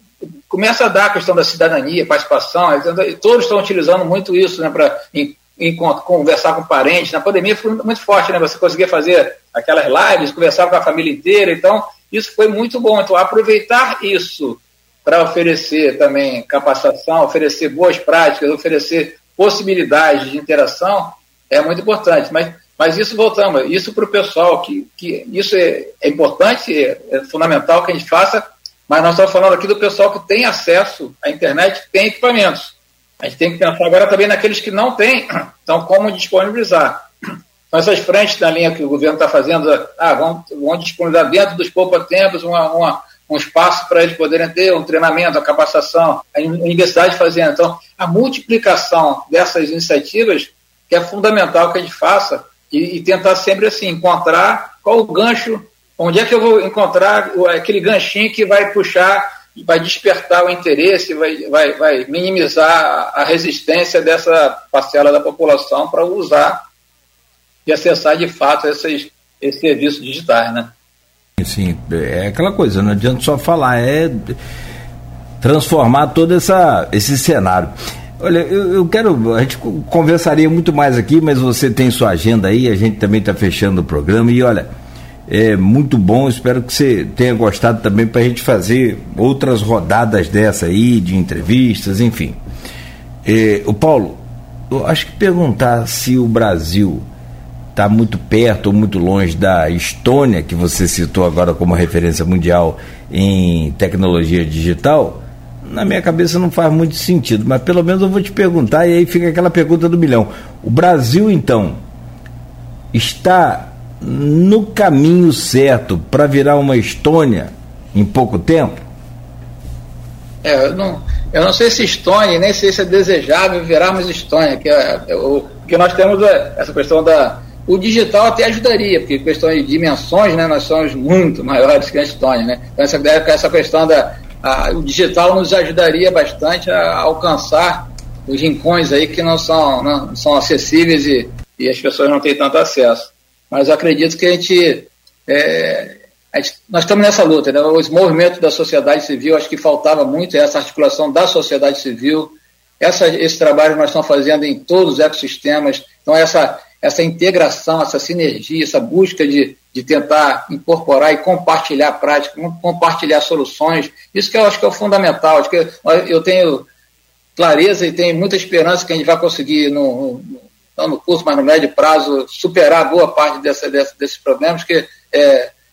começa a dar a questão da cidadania, participação, todos estão utilizando muito isso, né, para conversar com parentes. Na pandemia foi muito forte, né, você conseguia fazer aquelas lives, conversar com a família inteira, então isso foi muito bom. Então, aproveitar isso para oferecer também capacitação, oferecer boas práticas, oferecer possibilidades de interação, é muito importante. Mas, mas isso, voltamos, isso para o pessoal, que, que isso é, é importante, é, é fundamental que a gente faça, mas nós estamos falando aqui do pessoal que tem acesso à internet, que tem equipamentos. A gente tem que pensar agora também naqueles que não têm, então como disponibilizar. Então, essas frentes da linha que o governo está fazendo, ah, vamos, vamos disponibilizar dentro dos poupa-tempos uma... uma um espaço para eles poderem ter um treinamento, a capacitação, a universidade fazendo. Então, a multiplicação dessas iniciativas, que é fundamental que a gente faça, e, e tentar sempre assim, encontrar qual o gancho, onde é que eu vou encontrar aquele ganchinho que vai puxar, vai despertar o interesse, vai, vai, vai minimizar a resistência dessa parcela da população para usar e acessar de fato esses, esses serviços digitais, né? Sim, é aquela coisa, não adianta só falar, é transformar todo essa, esse cenário. Olha, eu, eu quero, a gente conversaria muito mais aqui, mas você tem sua agenda aí, a gente também está fechando o programa, e olha, é muito bom, espero que você tenha gostado também para a gente fazer outras rodadas dessa aí, de entrevistas, enfim. É, o Paulo, eu acho que perguntar se o Brasil está muito perto ou muito longe da Estônia, que você citou agora como referência mundial em tecnologia digital, na minha cabeça não faz muito sentido, mas pelo menos eu vou te perguntar, e aí fica aquela pergunta do milhão. O Brasil, então, está no caminho certo para virar uma Estônia em pouco tempo? É, eu não, eu não sei se Estônia, nem sei se é desejável virarmos Estônia, que é, é, o que nós temos é essa questão da... O digital até ajudaria, porque questão de dimensões, né, nós somos muito maiores que a Estônia, né? Então essa, essa questão da... A, o digital nos ajudaria bastante a, a alcançar os rincões aí que não são, não são acessíveis e, e as pessoas não têm tanto acesso. Mas eu acredito que a gente... É, a gente nós estamos nessa luta, né? Os movimentos da sociedade civil, acho que faltava muito essa articulação da sociedade civil, essa, esse trabalho que nós estamos fazendo em todos os ecossistemas. Então essa... essa integração, essa sinergia, essa busca de, de tentar incorporar e compartilhar práticas, compartilhar soluções, isso que eu acho que é o fundamental. Acho que eu tenho clareza e tenho muita esperança que a gente vai conseguir, no, no, não no curso, mas no médio prazo, superar boa parte dessa, dessa, desses problemas, que é,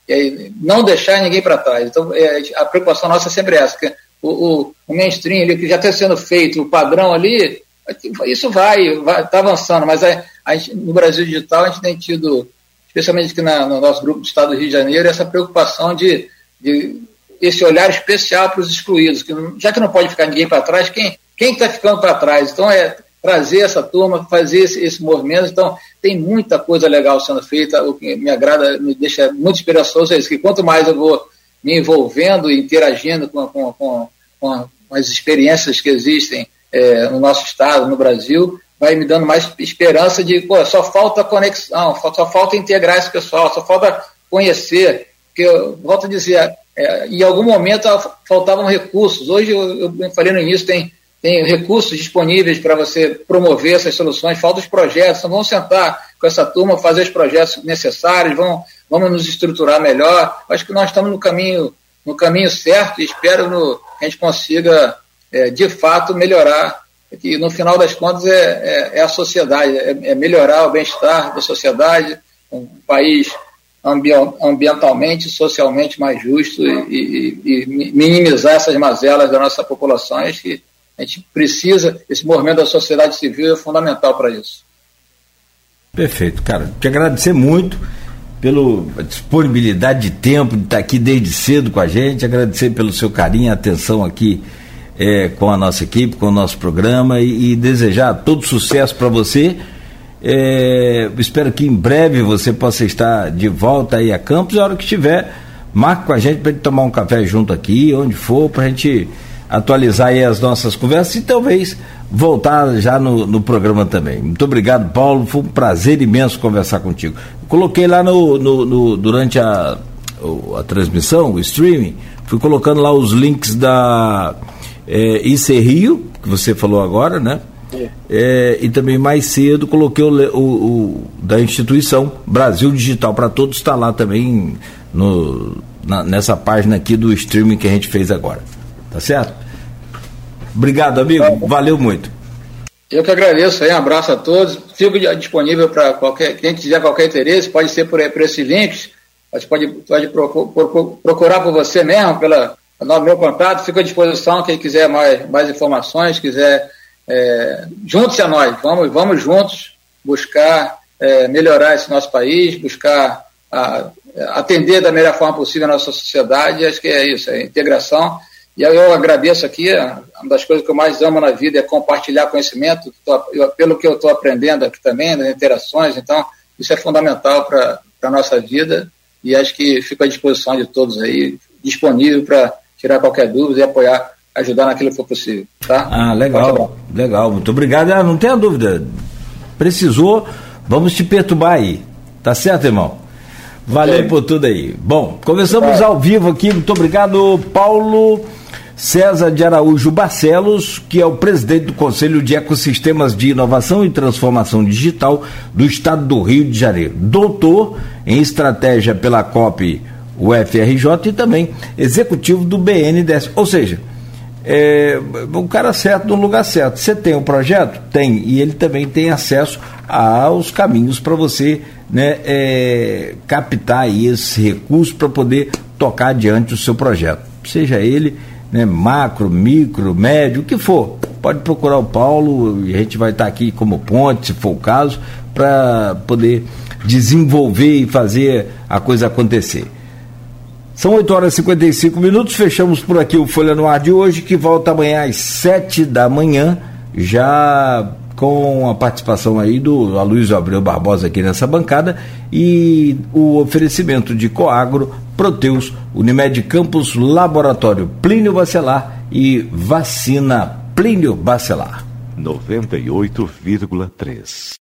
é, não deixar ninguém para trás. Então, é, a preocupação nossa é sempre essa, que o, o, o mainstream ali, que já está sendo feito, o padrão ali, isso vai, vai tá avançando, mas a, a gente, no Brasil Digital a gente tem tido, especialmente aqui na, no nosso grupo do Estado do Rio de Janeiro, essa preocupação de, de esse olhar especial para os excluídos, que já que não pode ficar ninguém para trás, quem quem está ficando para trás? Então é trazer essa turma, fazer esse, esse movimento. Então tem muita coisa legal sendo feita. O que me agrada, me deixa muito esperançoso é isso, que quanto mais eu vou me envolvendo e interagindo com, com, com, com as experiências que existem é, no nosso estado, no Brasil, vai me dando mais esperança de, pô, só falta conexão, só falta integrar esse pessoal, só falta conhecer, porque eu volto a dizer, é, em algum momento faltavam recursos. Hoje, eu, eu falei no início, tem, tem recursos disponíveis para você promover essas soluções, faltam os projetos, então vamos sentar com essa turma, fazer os projetos necessários, vamos, vamos nos estruturar melhor. Acho que nós estamos no caminho, no caminho certo e espero no, que a gente consiga, é, de fato, melhorar, que no final das contas é, é, é a sociedade, é, é melhorar o bem-estar da sociedade, um país ambientalmente, socialmente mais justo e, e, e minimizar essas mazelas da nossa população. Acho que a gente precisa, esse movimento da sociedade civil é fundamental para isso. Perfeito, cara. Te agradecer muito pela disponibilidade de tempo, de estar aqui desde cedo com a gente, agradecer pelo seu carinho e atenção aqui é, com a nossa equipe, com o nosso programa e, e desejar todo sucesso para você. É, espero que em breve você possa estar de volta aí a Campos, a hora que estiver, marque com a gente para gente tomar um café junto aqui, onde for, para a gente atualizar aí as nossas conversas e talvez voltar já no, no programa também. Muito obrigado, Paulo, foi um prazer imenso conversar contigo. Coloquei lá no, no, no durante a, a transmissão, o streaming, fui colocando lá os links da é, I C Rio, que você falou agora, né? É, e também mais cedo coloquei o, o, o da instituição Brasil Digital para Todos, está lá também no, na, nessa página aqui do streaming que a gente fez agora, tá certo? Obrigado, amigo, valeu muito. Eu que agradeço aí, um abraço a todos, fico disponível para qualquer, quem tiver qualquer interesse, pode ser por, por esses links, pode, pode procurar por você mesmo, pela, pelo meu contato, fico à disposição, quem quiser mais, mais informações, quiser É, juntos a nós, vamos, vamos juntos buscar é, melhorar esse nosso país, buscar a, atender da melhor forma possível a nossa sociedade. Acho que é isso, é integração. E eu, eu agradeço aqui, uma das coisas que eu mais amo na vida é compartilhar conhecimento, tô, eu, pelo que eu estou aprendendo aqui também, nas interações, então isso é fundamental para a nossa vida e acho que fico à disposição de todos aí, disponível para tirar qualquer dúvida e apoiar, ajudar naquilo que for possível, tá? Ah, legal, legal, muito obrigado. Ah, não tenha dúvida, precisou, vamos te perturbar aí, tá certo, irmão? Valeu okay. por tudo aí. Bom, começamos ao vivo aqui, muito obrigado, Paulo César de Araújo Barcelos, que é o presidente do Conselho de Ecossistemas de Inovação e Transformação Digital do Estado do Rio de Janeiro, doutor em estratégia pela C O P U F R J e também executivo do B N D E S, ou seja, é, o cara certo no lugar certo. Você tem um projeto? Tem, e ele também tem acesso aos caminhos para você, né, é, captar aí esse recurso para poder tocar adiante o seu projeto, seja ele, né, macro, micro, médio, o que for. Pode procurar o Paulo e a gente vai estar aqui como ponte, se for o caso, para poder desenvolver e fazer a coisa acontecer. São oito horas e cinquenta e cinco minutos, fechamos por aqui o Folha no Ar de hoje, que volta amanhã às sete da manhã, já com a participação aí do Aloysio Abreu Barbosa aqui nessa bancada e o oferecimento de Coagro, Proteus, Unimed Campos, Laboratório Plínio Bacelar e Vacina Plínio Bacelar. noventa e oito vírgula três